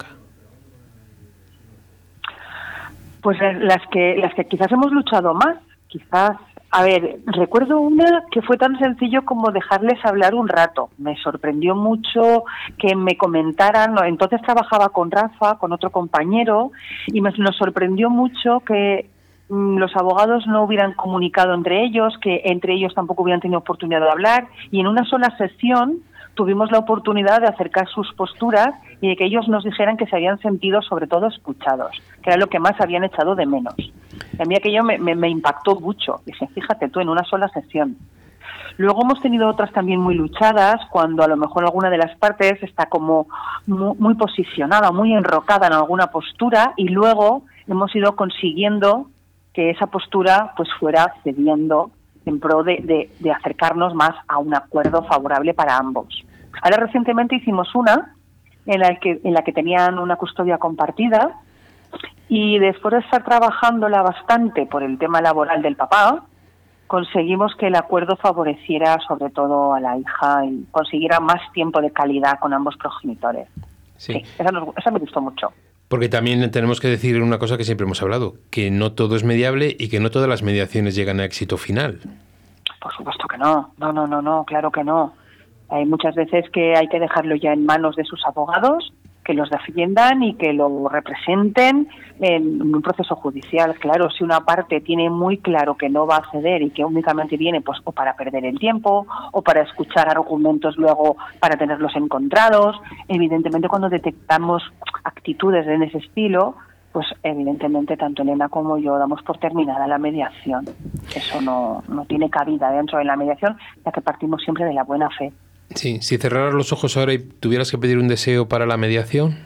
Pues las que quizás hemos luchado más, A ver, recuerdo una que fue tan sencillo como dejarles hablar un rato. Me sorprendió mucho que me comentaran, entonces trabajaba con Rafa, con otro compañero, y nos sorprendió mucho que los abogados no hubieran comunicado entre ellos, que entre ellos tampoco hubieran tenido oportunidad de hablar, y en una sola sesión tuvimos la oportunidad de acercar sus posturas y de que ellos nos dijeran que se habían sentido sobre todo escuchados, que era lo que más habían echado de menos. A mí aquello me impactó mucho. Dije, fíjate tú, en una sola sesión. Luego hemos tenido otras también muy luchadas, cuando a lo mejor alguna de las partes está como muy posicionada, muy enrocada en alguna postura, y luego hemos ido consiguiendo que esa postura pues fuera cediendo en pro de acercarnos más a un acuerdo favorable para ambos. Ahora recientemente hicimos una en la que tenían una custodia compartida, y después de estar trabajándola bastante por el tema laboral del papá, conseguimos que el acuerdo favoreciera sobre todo a la hija y consiguiera más tiempo de calidad con ambos progenitores. Sí, esa me gustó mucho. Porque también tenemos que decir una cosa que siempre hemos hablado, que no todo es mediable y que no todas las mediaciones llegan a éxito final. Por supuesto que no. No, claro que no. Hay muchas veces que hay que dejarlo ya en manos de sus abogados, que los defiendan y que lo representen en un proceso judicial. Claro, si una parte tiene muy claro que no va a ceder y que únicamente viene pues o para perder el tiempo o para escuchar argumentos luego para tenerlos encontrados, evidentemente cuando detectamos actitudes en ese estilo, pues evidentemente tanto Elena como yo damos por terminada la mediación. Eso no tiene cabida dentro de la mediación, ya que partimos siempre de la buena fe. Sí, si cerraras los ojos ahora y tuvieras que pedir un deseo para la mediación.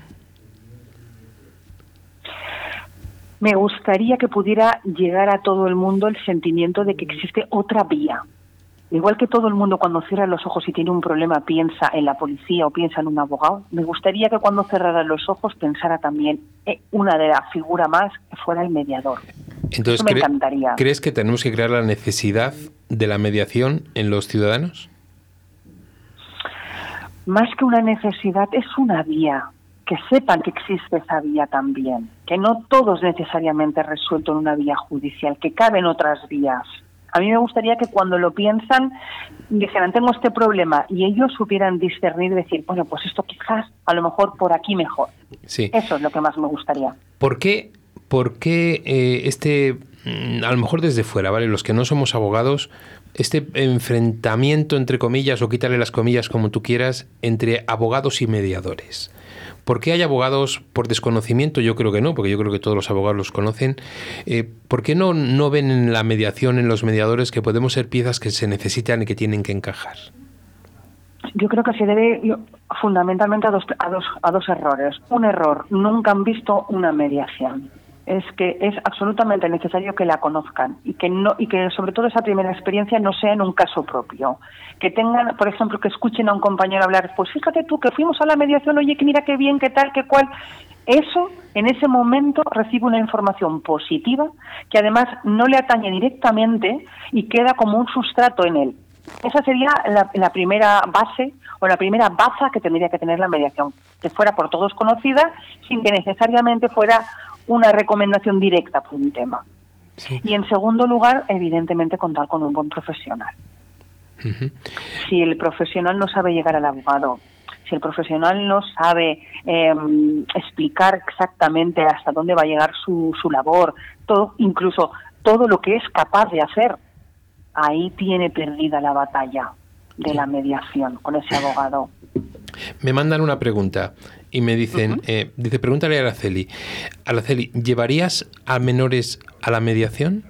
Me gustaría que pudiera llegar a todo el mundo el sentimiento de que existe otra vía. Igual que todo el mundo cuando cierra los ojos y tiene un problema piensa en la policía o piensa en un abogado, me gustaría que cuando cerrara los ojos pensara también una de las figuras más que fuera el mediador. Entonces, eso me encantaría. ¿Crees que tenemos que crear la necesidad de la mediación en los ciudadanos? Más que una necesidad, es una vía. Que sepan que existe esa vía también. Que no todo es necesariamente resuelto en una vía judicial, que caben otras vías. A mí me gustaría que cuando lo piensan, dijeran, tengo este problema, y ellos supieran discernir y decir, bueno, pues esto quizás, a lo mejor por aquí mejor. Sí. Eso es lo que más me gustaría. ¿Por qué a lo mejor desde fuera, ¿vale? Los que no somos abogados, este enfrentamiento, entre comillas, o quítale las comillas como tú quieras, entre abogados y mediadores? ¿Por qué hay abogados por desconocimiento? Yo creo que no, porque yo creo que todos los abogados los conocen. ¿Por qué no ven en la mediación, en los mediadores, que podemos ser piezas que se necesitan y que tienen que encajar? Yo creo que se debe fundamentalmente a dos errores. Un error, nunca han visto una mediación. Es que es absolutamente necesario que la conozcan y que sobre todo esa primera experiencia no sea en un caso propio. Que tengan, por ejemplo, que escuchen a un compañero hablar, pues fíjate tú que fuimos a la mediación, oye, que mira qué bien, qué tal, qué cual. Eso, en ese momento, recibe una información positiva que además no le atañe directamente y queda como un sustrato en él. Esa sería la primera base o la primera baza que tendría que tener la mediación, que fuera por todos conocida sin que necesariamente fuera una recomendación directa por un tema. Sí. Y en segundo lugar, evidentemente, contar con un buen profesional. Uh-huh. Si el profesional no sabe llegar al abogado, si el profesional no sabe explicar exactamente hasta dónde va a llegar su labor, incluso todo lo que es capaz de hacer, ahí tiene perdida la batalla de la mediación con ese abogado. Me mandan una pregunta y me dicen, dice, pregúntale a Araceli. Araceli, ¿llevarías a menores a la mediación?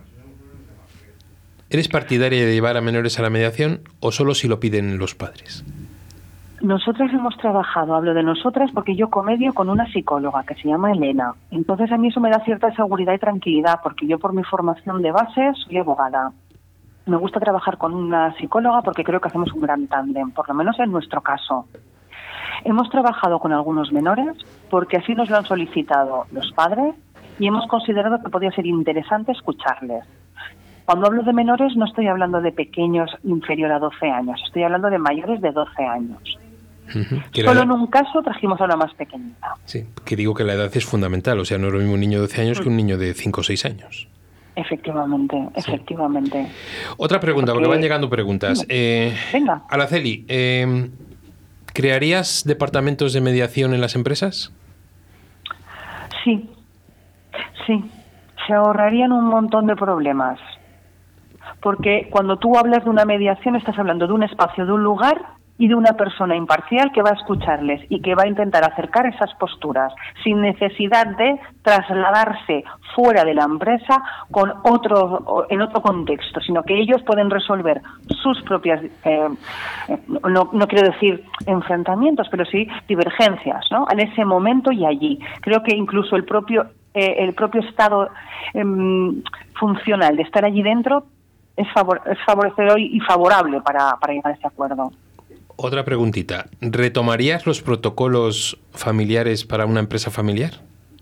¿Eres partidaria de llevar a menores a la mediación o solo si lo piden los padres? Nosotras hemos trabajado, hablo de nosotras porque yo comedio con una psicóloga que se llama Elena. Entonces a mí eso me da cierta seguridad y tranquilidad porque yo por mi formación de base soy abogada. Me gusta trabajar con una psicóloga porque creo que hacemos un gran tándem, por lo menos en nuestro caso. Hemos trabajado con algunos menores porque así nos lo han solicitado los padres y hemos considerado que podría ser interesante escucharles. Cuando hablo de menores no estoy hablando de pequeños inferior a 12 años, estoy hablando de mayores de 12 años. Solo en un caso trajimos a una más pequeñita. Sí, que digo que la edad es fundamental, o sea, no es lo mismo un niño de 12 años que un niño de 5 o 6 años. Efectivamente. Otra pregunta, porque van llegando preguntas. Venga. Araceli, ¿crearías departamentos de mediación en las empresas? Sí. Se ahorrarían un montón de problemas. Porque cuando tú hablas de una mediación estás hablando de un espacio, de un lugar y de una persona imparcial que va a escucharles y que va a intentar acercar esas posturas sin necesidad de trasladarse fuera de la empresa en otro contexto, sino que ellos pueden resolver sus propias, no quiero decir enfrentamientos, pero sí divergencias, ¿no? En ese momento y allí. Creo que incluso el propio estado funcional de estar allí dentro es favorecedor y favorable para llegar a ese acuerdo. Otra preguntita. ¿Retomarías los protocolos familiares para una empresa familiar?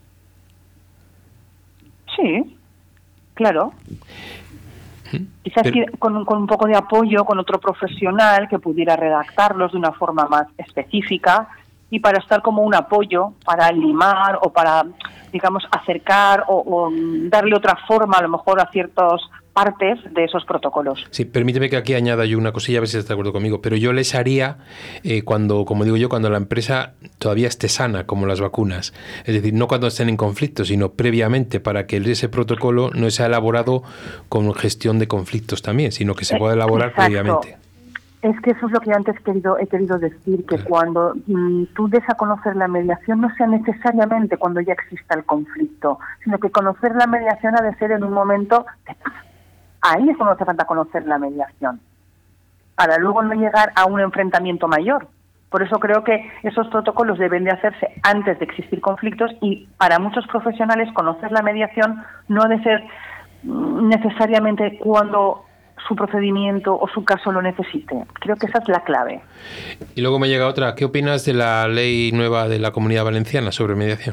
Sí, claro. Quizás con un poco de apoyo, con otro profesional que pudiera redactarlos de una forma más específica y para estar como un apoyo, para limar o para, digamos, acercar o darle otra forma a lo mejor a ciertas partes de esos protocolos. Sí, permíteme que aquí añada yo una cosilla, a ver si estás de acuerdo conmigo, pero yo les haría cuando la empresa todavía esté sana, como las vacunas, es decir, no cuando estén en conflicto, sino previamente, para que ese protocolo no sea elaborado con gestión de conflictos también, sino que se pueda elaborar previamente. Es que eso es lo que antes he querido decir, que cuando tú des a conocer la mediación no sea necesariamente cuando ya exista el conflicto, sino que conocer la mediación ha de ser en un momento de paz. Ahí es cuando hace falta conocer la mediación, para luego no llegar a un enfrentamiento mayor. Por eso creo que esos protocolos deben de hacerse antes de existir conflictos y para muchos profesionales conocer la mediación no ha de ser necesariamente cuando su procedimiento o su caso lo necesite. Creo que esa es la clave. Y luego me llega otra. ¿Qué opinas de la ley nueva de la Comunidad Valenciana sobre mediación?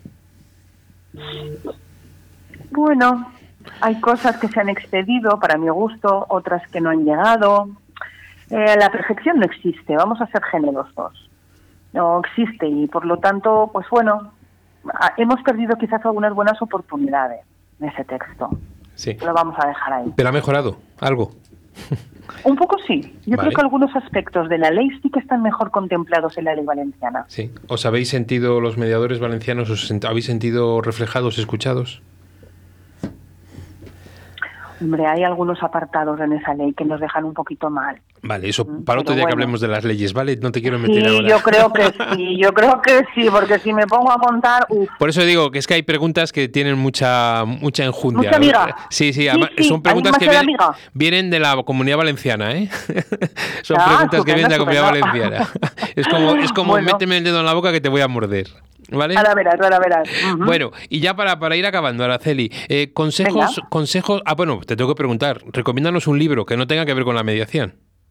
Bueno, hay cosas que se han expedido para mi gusto, otras que no han llegado. La perfección no existe, vamos a ser generosos. No existe y por lo tanto, pues bueno, hemos perdido quizás algunas buenas oportunidades en ese texto. Sí. Lo vamos a dejar ahí. ¿Pero ha mejorado algo? Un poco sí. Yo creo que algunos aspectos de la ley sí que están mejor contemplados en la ley valenciana. Sí. ¿Os habéis sentido, los mediadores valencianos, habéis sentido reflejados, escuchados? Hombre, hay algunos apartados en esa ley que nos dejan un poquito mal. Vale, eso para otro día que hablemos de las leyes, ¿vale? No te quiero meter ahora. Yo creo que sí, porque si me pongo a contar... Por eso digo que es que hay preguntas que tienen mucha enjundia. Mucha amiga. Sí, son preguntas que vienen de la Comunidad Valenciana, ¿eh? Son preguntas que vienen de la Comunidad Valenciana. Es como bueno, méteme el dedo en la boca que te voy a morder. ¿Vale? Ahora verás. Uh-huh. Bueno, y ya para ir acabando, Araceli, consejos... bueno, te tengo que preguntar, recomiéndanos un libro que no tenga que ver con la mediación.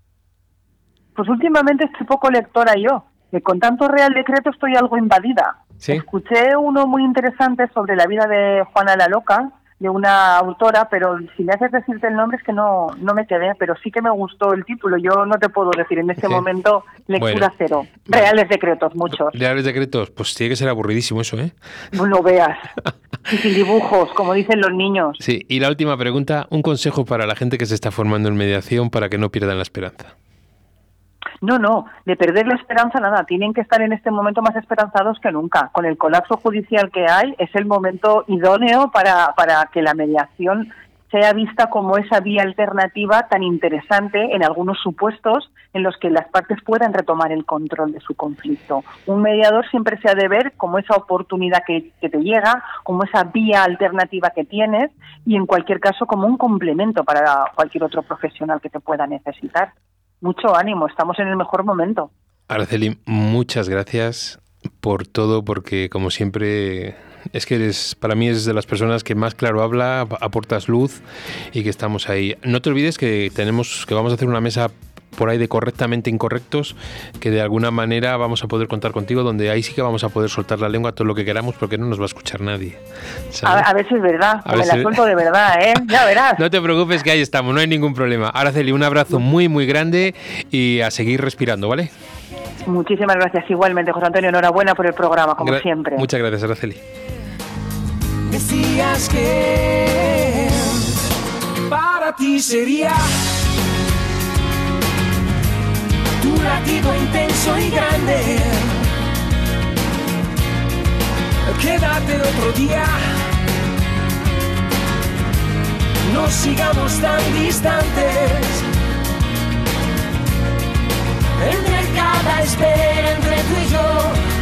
Pues últimamente estoy poco lectora yo, que con tanto Real Decreto estoy algo invadida. ¿Sí? Escuché uno muy interesante sobre la vida de Juana la Loca, de una autora, pero si me haces decirte el nombre es que no me quedé, pero sí que me gustó el título. Yo no te puedo decir en este momento lectura cero. Reales Decretos, muchos. Reales Decretos, pues tiene que ser aburridísimo eso, ¿eh? No veas. Y sin dibujos, como dicen los niños. Sí, y la última pregunta, un consejo para la gente que se está formando en mediación para que no pierdan la esperanza. No, de perder la esperanza nada, tienen que estar en este momento más esperanzados que nunca. Con el colapso judicial que hay, es el momento idóneo para que la mediación sea vista como esa vía alternativa tan interesante en algunos supuestos en los que las partes puedan retomar el control de su conflicto. Un mediador siempre se ha de ver como esa oportunidad que te llega, como esa vía alternativa que tienes y en cualquier caso como un complemento para cualquier otro profesional que te pueda necesitar. Mucho ánimo, estamos en el mejor momento. Araceli, muchas gracias por todo, porque como siempre es que para mí es de las personas que más claro habla, aportas luz y que estamos ahí. No te olvides que vamos a hacer una mesa por ahí de correctamente incorrectos, que de alguna manera vamos a poder contar contigo, donde ahí sí que vamos a poder soltar la lengua todo lo que queramos, porque no nos va a escuchar nadie. A ver si es verdad, me la suelto de verdad, ¿eh? Ya verás. No te preocupes, que ahí estamos, no hay ningún problema. Araceli, un abrazo muy, muy grande y a seguir respirando, ¿vale? Muchísimas gracias, igualmente, José Antonio, enhorabuena por el programa, como siempre. Muchas gracias, Araceli. Decías que para ti sería tu latido intenso y grande. Quédate otro día, no sigamos tan distantes. nada espera entre tú y yo.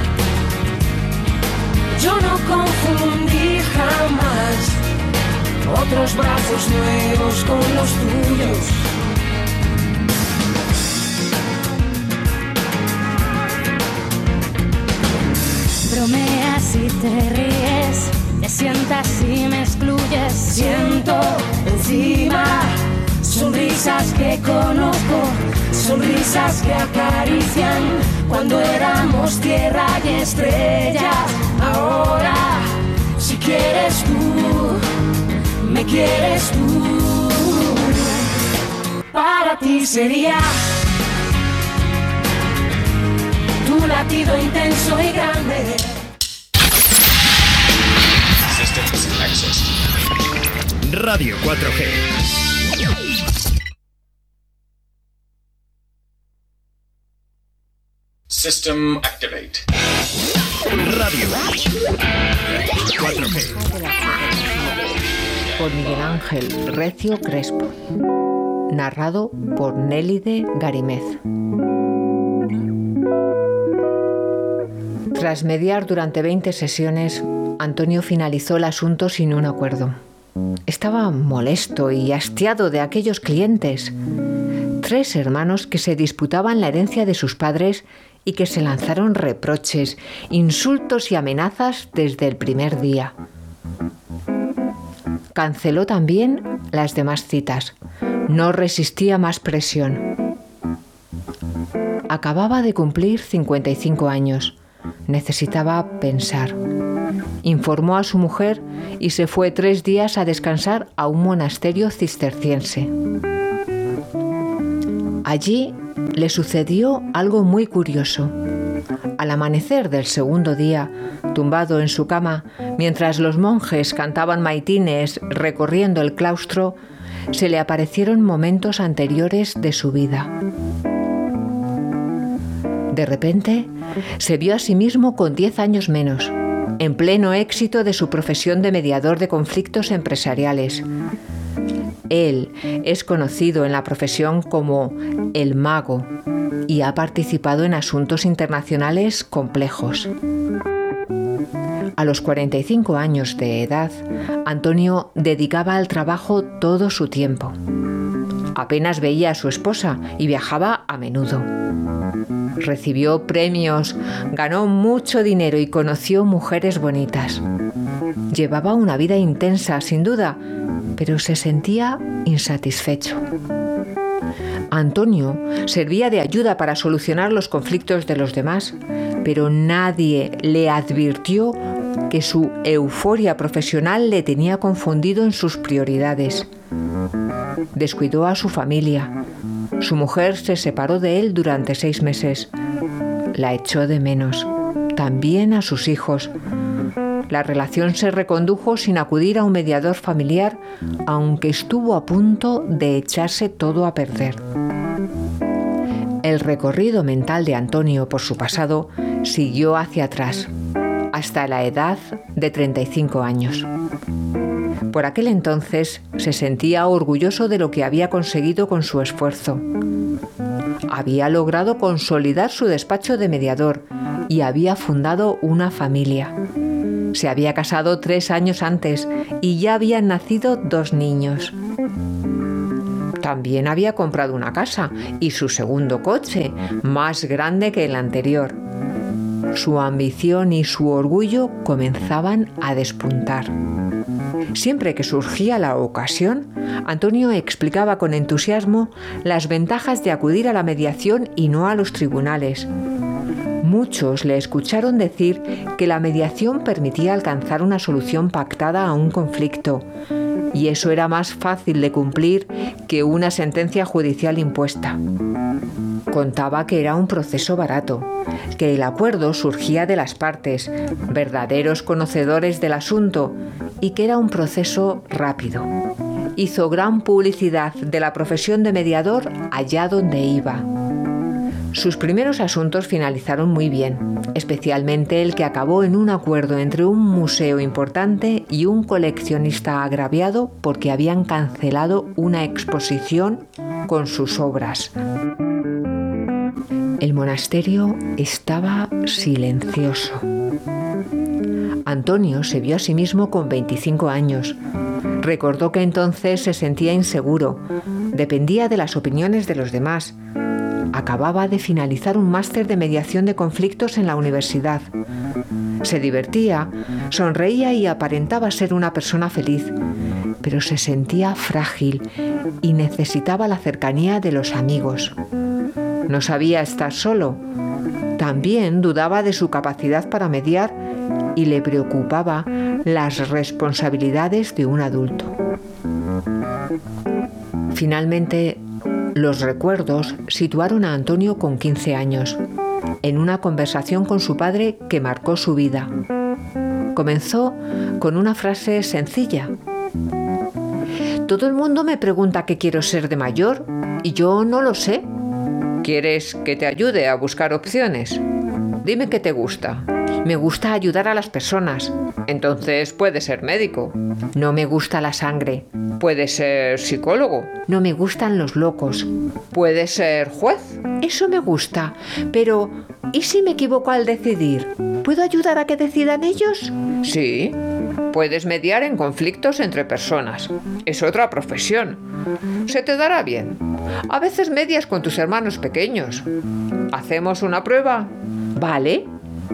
Yo no confundí jamás otros brazos nuevos con los tuyos. Bromeas y te ríes, te sientas y me excluyes. Siento encima sonrisas que conozco, sonrisas que acarician cuando éramos tierra y estrellas. Ahora, si quieres tú, me quieres tú. Para ti sería tu latido intenso y grande. Systems accessed. Radio 4G. System activate. Radio 4G. Por Miguel Ángel Recio Crespo. Narrado por Nélide Garimez. Tras mediar durante 20 sesiones, Antonio finalizó el asunto sin un acuerdo. Estaba molesto y hastiado de aquellos clientes. 3 hermanos que se disputaban la herencia de sus padres y que se lanzaron reproches, insultos y amenazas desde el primer día. Canceló también las demás citas. No resistía más presión. Acababa de cumplir 55 años. Necesitaba pensar. Informó a su mujer y se fue 3 días a descansar a un monasterio cisterciense. Allí le sucedió algo muy curioso. Al amanecer del segundo día, tumbado en su cama, mientras los monjes cantaban maitines recorriendo el claustro, se le aparecieron momentos anteriores de su vida. De repente, se vio a sí mismo con 10 años menos, en pleno éxito de su profesión de mediador de conflictos empresariales. Él es conocido en la profesión como el mago y ha participado en asuntos internacionales complejos. A los 45 años de edad, Antonio dedicaba al trabajo todo su tiempo. Apenas veía a su esposa y viajaba a menudo. Recibió premios, ganó mucho dinero y conoció mujeres bonitas. Llevaba una vida intensa, sin duda, pero se sentía insatisfecho. Antonio servía de ayuda para solucionar los conflictos de los demás, pero nadie le advirtió que su euforia profesional le tenía confundido en sus prioridades. Descuidó a su familia. Su mujer se separó de él durante 6 meses. La echó de menos. También a sus hijos. La relación se recondujo sin acudir a un mediador familiar, aunque estuvo a punto de echarse todo a perder. El recorrido mental de Antonio por su pasado siguió hacia atrás, hasta la edad de 35 años. Por aquel entonces se sentía orgulloso de lo que había conseguido con su esfuerzo. Había logrado consolidar su despacho de mediador y había fundado una familia. Se había casado 3 años antes y ya habían nacido 2 niños. También había comprado una casa y su segundo coche, más grande que el anterior. Su ambición y su orgullo comenzaban a despuntar. Siempre que surgía la ocasión, Antonio explicaba con entusiasmo las ventajas de acudir a la mediación y no a los tribunales. Muchos le escucharon decir que la mediación permitía alcanzar una solución pactada a un conflicto, y eso era más fácil de cumplir que una sentencia judicial impuesta. Contaba que era un proceso barato, que el acuerdo surgía de las partes, verdaderos conocedores del asunto, y que era un proceso rápido. Hizo gran publicidad de la profesión de mediador allá donde iba. Sus primeros asuntos finalizaron muy bien, especialmente el que acabó en un acuerdo entre un museo importante y un coleccionista agraviado porque habían cancelado una exposición con sus obras. El monasterio estaba silencioso. Antonio se vio a sí mismo con 25 años. Recordó que entonces se sentía inseguro, dependía de las opiniones de los demás. Acababa de finalizar un máster de mediación de conflictos en la universidad. Se divertía, sonreía y aparentaba ser una persona feliz, pero se sentía frágil y necesitaba la cercanía de los amigos. No sabía estar solo. También dudaba de su capacidad para mediar y le preocupaba las responsabilidades de un adulto. Finalmente, los recuerdos situaron a Antonio con 15 años, en una conversación con su padre que marcó su vida. Comenzó con una frase sencilla. Todo el mundo me pregunta qué quiero ser de mayor y yo no lo sé. ¿Quieres que te ayude a buscar opciones? Dime qué te gusta. Me gusta ayudar a las personas. Entonces puedes ser médico. No me gusta la sangre. Puedes ser psicólogo. No me gustan los locos. Puedes ser juez. Eso me gusta. Pero, ¿y si me equivoco al decidir? ¿Puedo ayudar a que decidan ellos? Sí. Puedes mediar en conflictos entre personas. Es otra profesión. Se te dará bien. A veces medias con tus hermanos pequeños. ¿Hacemos una prueba? Vale.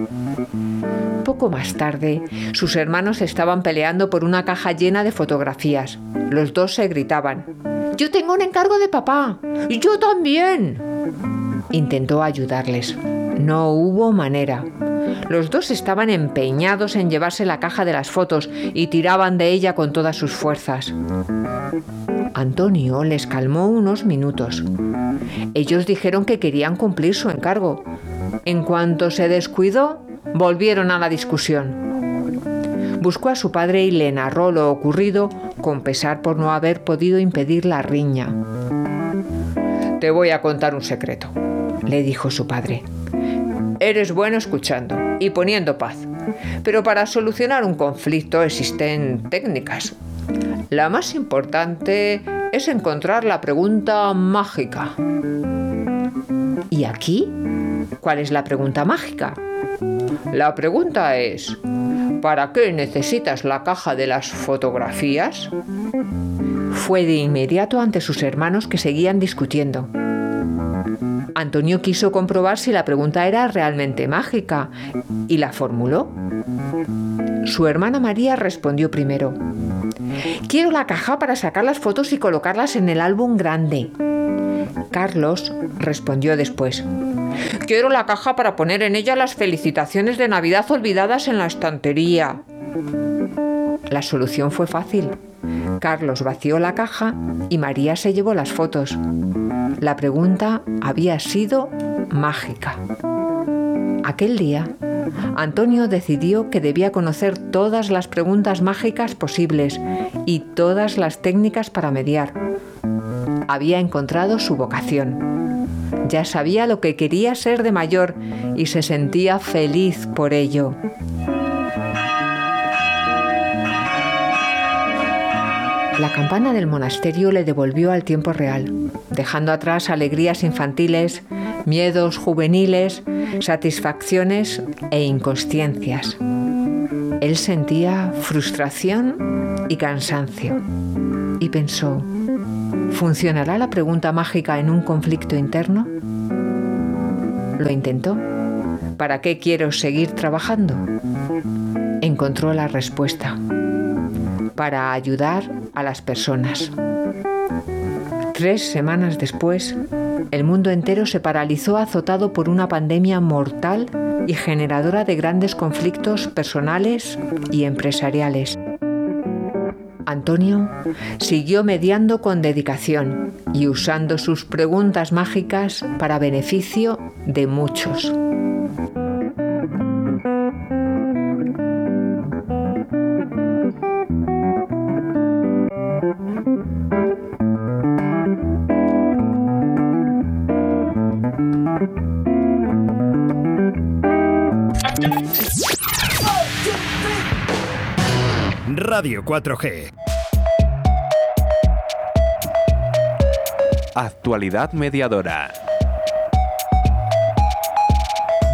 Poco más tarde, sus hermanos estaban peleando por una caja llena de fotografías. Los dos se gritaban. ¡Yo tengo un encargo de papá! ¡Yo también! Intentó ayudarles. No hubo manera. Los dos estaban empeñados en llevarse la caja de las fotos y tiraban de ella con todas sus fuerzas. Antonio les calmó unos minutos. Ellos dijeron que querían cumplir su encargo. En cuanto se descuidó, volvieron a la discusión. Buscó a su padre y le narró lo ocurrido, con pesar por no haber podido impedir la riña. Te voy a contar un secreto, le dijo su padre. Eres bueno escuchando y poniendo paz, pero para solucionar un conflicto existen técnicas. La más importante es encontrar la pregunta mágica. ¿Y aquí? ¿Cuál es la pregunta mágica? La pregunta es, ¿para qué necesitas la caja de las fotografías? Fue de inmediato ante sus hermanos que seguían discutiendo. Antonio quiso comprobar si la pregunta era realmente mágica y la formuló. Su hermana María respondió primero. Quiero la caja para sacar las fotos y colocarlas en el álbum grande. Carlos respondió después. Quiero la caja para poner en ella las felicitaciones de Navidad olvidadas en la estantería. La solución fue fácil. Carlos vació la caja y María se llevó las fotos. La pregunta había sido mágica. Aquel día, Antonio decidió que debía conocer todas las preguntas mágicas posibles y todas las técnicas para mediar. Había encontrado su vocación. Ya sabía lo que quería ser de mayor y se sentía feliz por ello. La campana del monasterio le devolvió al tiempo real, dejando atrás alegrías infantiles, miedos juveniles, satisfacciones e inconsciencias. Él sentía frustración y cansancio y pensó, ¿funcionará la pregunta mágica en un conflicto interno? Lo intentó. ¿Para qué quiero seguir trabajando? Encontró la respuesta. Para ayudar a las personas. 3 semanas después, el mundo entero se paralizó azotado por una pandemia mortal y generadora de grandes conflictos personales y empresariales. Antonio siguió mediando con dedicación y usando sus preguntas mágicas para beneficio de muchos. Radio 4G. Actualidad mediadora.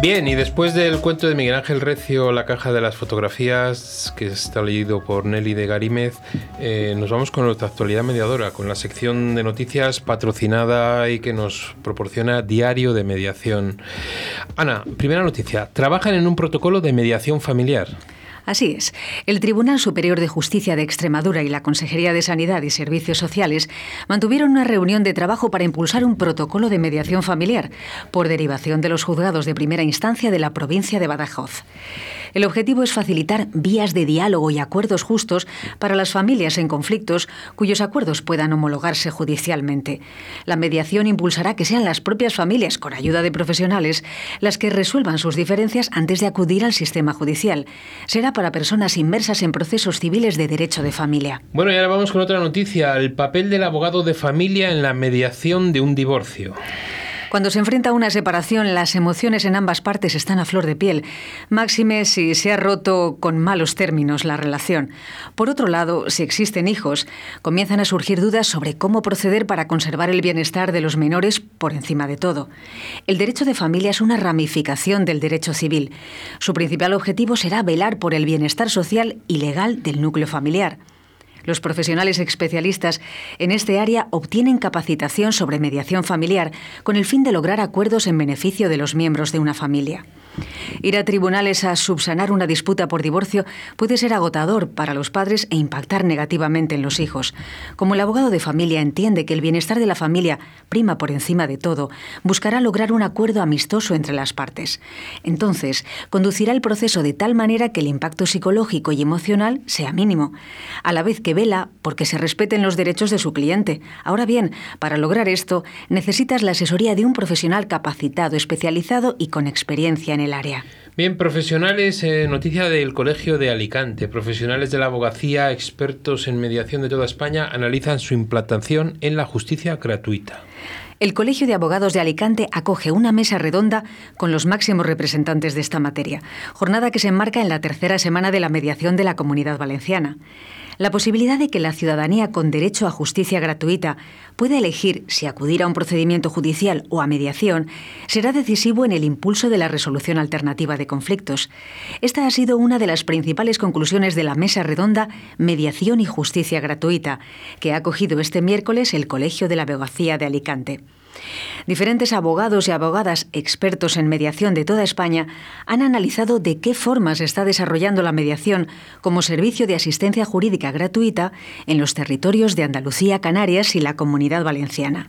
Bien, y después del cuento de Miguel Ángel Recio, La caja de las fotografías, que está leído por Nelly de Garímez, nos vamos con nuestra actualidad mediadora, con la sección de noticias patrocinada y que nos proporciona Diario de Mediación. Ana, primera noticia. Trabajan en un protocolo de mediación familiar. Así es. El Tribunal Superior de Justicia de Extremadura y la Consejería de Sanidad y Servicios Sociales mantuvieron una reunión de trabajo para impulsar un protocolo de mediación familiar, por derivación de los juzgados de primera instancia de la provincia de Badajoz. El objetivo es facilitar vías de diálogo y acuerdos justos para las familias en conflictos cuyos acuerdos puedan homologarse judicialmente. La mediación impulsará que sean las propias familias, con ayuda de profesionales, las que resuelvan sus diferencias antes de acudir al sistema judicial. Será para personas inmersas en procesos civiles de derecho de familia. Bueno, y ahora vamos con otra noticia. El papel del abogado de familia en la mediación de un divorcio. Cuando se enfrenta a una separación, las emociones en ambas partes están a flor de piel, máxime si se ha roto con malos términos la relación. Por otro lado, si existen hijos, comienzan a surgir dudas sobre cómo proceder para conservar el bienestar de los menores por encima de todo. El derecho de familia es una ramificación del derecho civil. Su principal objetivo será velar por el bienestar social y legal del núcleo familiar. Los profesionales especialistas en este área obtienen capacitación sobre mediación familiar con el fin de lograr acuerdos en beneficio de los miembros de una familia. Ir a tribunales a subsanar una disputa por divorcio puede ser agotador para los padres e impactar negativamente en los hijos. Como el abogado de familia entiende que el bienestar de la familia prima por encima de todo, buscará lograr un acuerdo amistoso entre las partes. Entonces, conducirá el proceso de tal manera que el impacto psicológico y emocional sea mínimo, a la vez que vela porque se respeten los derechos de su cliente. Ahora bien, para lograr esto, necesitas la asesoría de un profesional capacitado, especializado y con experiencia en el área. Bien, profesionales, noticia del Colegio de Alicante. Profesionales de la abogacía, expertos en mediación de toda España, analizan su implantación en la justicia gratuita. El Colegio de Abogados de Alicante acoge una mesa redonda con los máximos representantes de esta materia, jornada que se enmarca en la tercera semana de la mediación de la Comunidad Valenciana. La posibilidad de que la ciudadanía con derecho a justicia gratuita pueda elegir si acudir a un procedimiento judicial o a mediación será decisivo en el impulso de la resolución alternativa de conflictos. Esta ha sido una de las principales conclusiones de la mesa redonda Mediación y Justicia Gratuita, que ha acogido este miércoles el Colegio de la Abogacía de Alicante. Diferentes abogados y abogadas expertos en mediación de toda España han analizado de qué forma se está desarrollando la mediación como servicio de asistencia jurídica gratuita en los territorios de Andalucía, Canarias y la Comunidad Valenciana.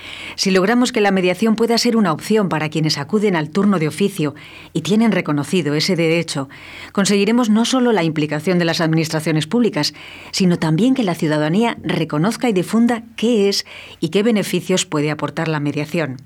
Si logramos que la mediación pueda ser una opción para quienes acuden al turno de oficio y tienen reconocido ese derecho, conseguiremos no solo la implicación de las administraciones públicas, sino también que la ciudadanía reconozca y difunda qué es y qué beneficios puede aportar la mediación.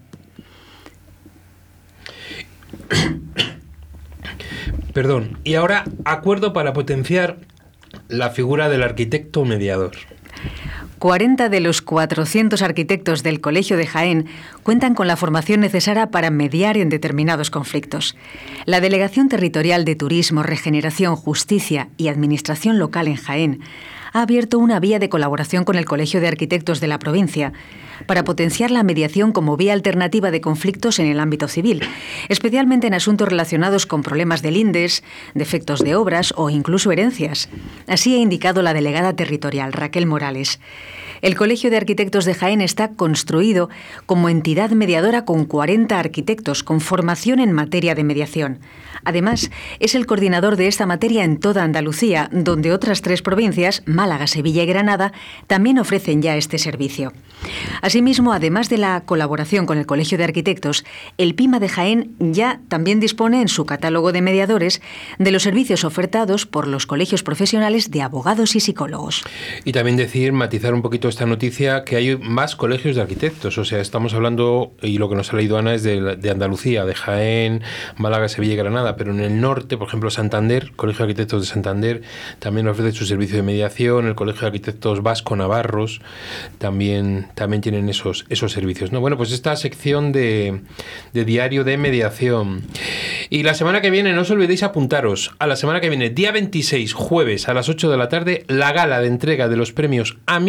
Perdón. Y ahora, acuerdo para potenciar la figura del arquitecto mediador. 40 de los 400 arquitectos del Colegio de Jaén cuentan con la formación necesaria para mediar en determinados conflictos. La Delegación Territorial de Turismo, Regeneración, Justicia y Administración Local en Jaén ha abierto una vía de colaboración con el Colegio de Arquitectos de la provincia para potenciar la mediación como vía alternativa de conflictos en el ámbito civil, especialmente en asuntos relacionados con problemas de lindes, defectos de obras o incluso herencias. Así ha indicado la delegada territorial, Raquel Morales. El Colegio de Arquitectos de Jaén está construido como entidad mediadora con 40 arquitectos con formación en materia de mediación. Además, es el coordinador de esta materia en toda Andalucía, donde otras 3 provincias, Málaga, Sevilla y Granada, también ofrecen ya este servicio. Asimismo, además de la colaboración con el Colegio de Arquitectos, el PIMA de Jaén ya también dispone en su catálogo de mediadores de los servicios ofertados por los colegios profesionales de abogados y psicólogos. Y también matizar un poquito esta noticia, que hay más colegios de arquitectos. O sea, estamos hablando, y lo que nos ha leído Ana es de Andalucía, de Jaén, Málaga, Sevilla y Granada, pero en el norte, por ejemplo, Santander, Colegio de Arquitectos de Santander, también ofrece su servicio de mediación. El Colegio de Arquitectos Vasco-Navarros también tienen esos servicios, ¿no? Bueno, pues esta sección de diario de mediación. Y la semana que viene, no os olvidéis apuntaros a la semana que viene, día 26, jueves a las 8 de la tarde, la gala de entrega de los premios AMI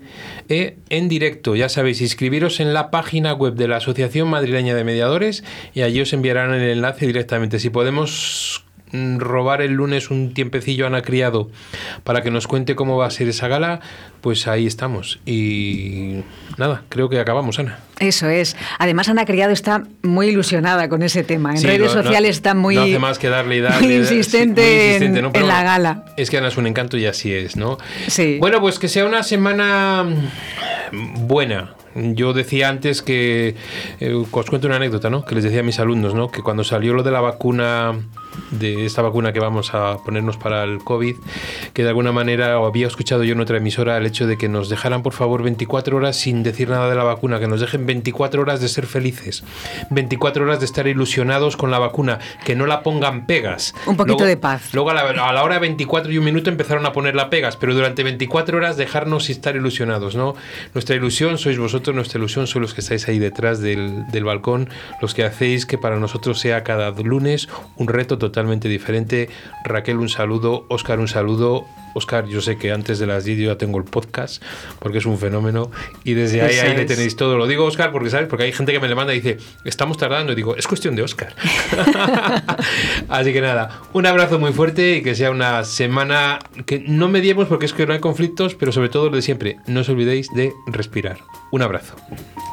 en directo. Ya sabéis, inscribiros en la página web de la Asociación Madrileña de Mediadores y allí os enviarán el enlace directamente. Si podemos robar el lunes un tiempecillo a Ana Criado para que nos cuente cómo va a ser esa gala, pues ahí estamos. Y nada, creo que acabamos, Ana. Eso es. Además, Ana Criado está muy ilusionada con ese tema. En redes sociales está muy... No hace más que darle y darle. Muy insistente, ¿no? En la gala. Es que Ana es un encanto y así es, ¿no? Sí. Bueno, pues que sea una semana buena. Yo decía antes que... os cuento una anécdota, ¿no? Que les decía a mis alumnos, ¿no? Que cuando salió lo de la vacuna, de esta vacuna que vamos a ponernos para el COVID, que de alguna manera, o había escuchado yo en otra emisora, el hecho de que nos dejaran por favor 24 horas sin decir nada de la vacuna, que nos dejen 24 horas de ser felices, 24 horas de estar ilusionados con la vacuna, que no la pongan pegas. Un poquito de paz. Luego a la hora 24 y un minuto empezaron a ponerla pegas, pero durante 24 horas dejarnos estar ilusionados, ¿no? Nuestra ilusión sois vosotros, nuestra ilusión son los que estáis ahí detrás del balcón, los que hacéis que para nosotros sea cada lunes un reto totalmente diferente. Raquel, un saludo. Óscar, un saludo. Óscar, yo sé que antes de las 10 yo ya tengo el podcast, porque es un fenómeno, y desde ahí le tenéis todo. Lo digo, Óscar, porque ¿sabes? Porque hay gente que me le manda y dice, estamos tardando, y digo, es cuestión de Óscar. Así que nada, un abrazo muy fuerte y que sea una semana que no mediemos porque es que no hay conflictos, pero sobre todo lo de siempre, no os olvidéis de respirar. Un abrazo.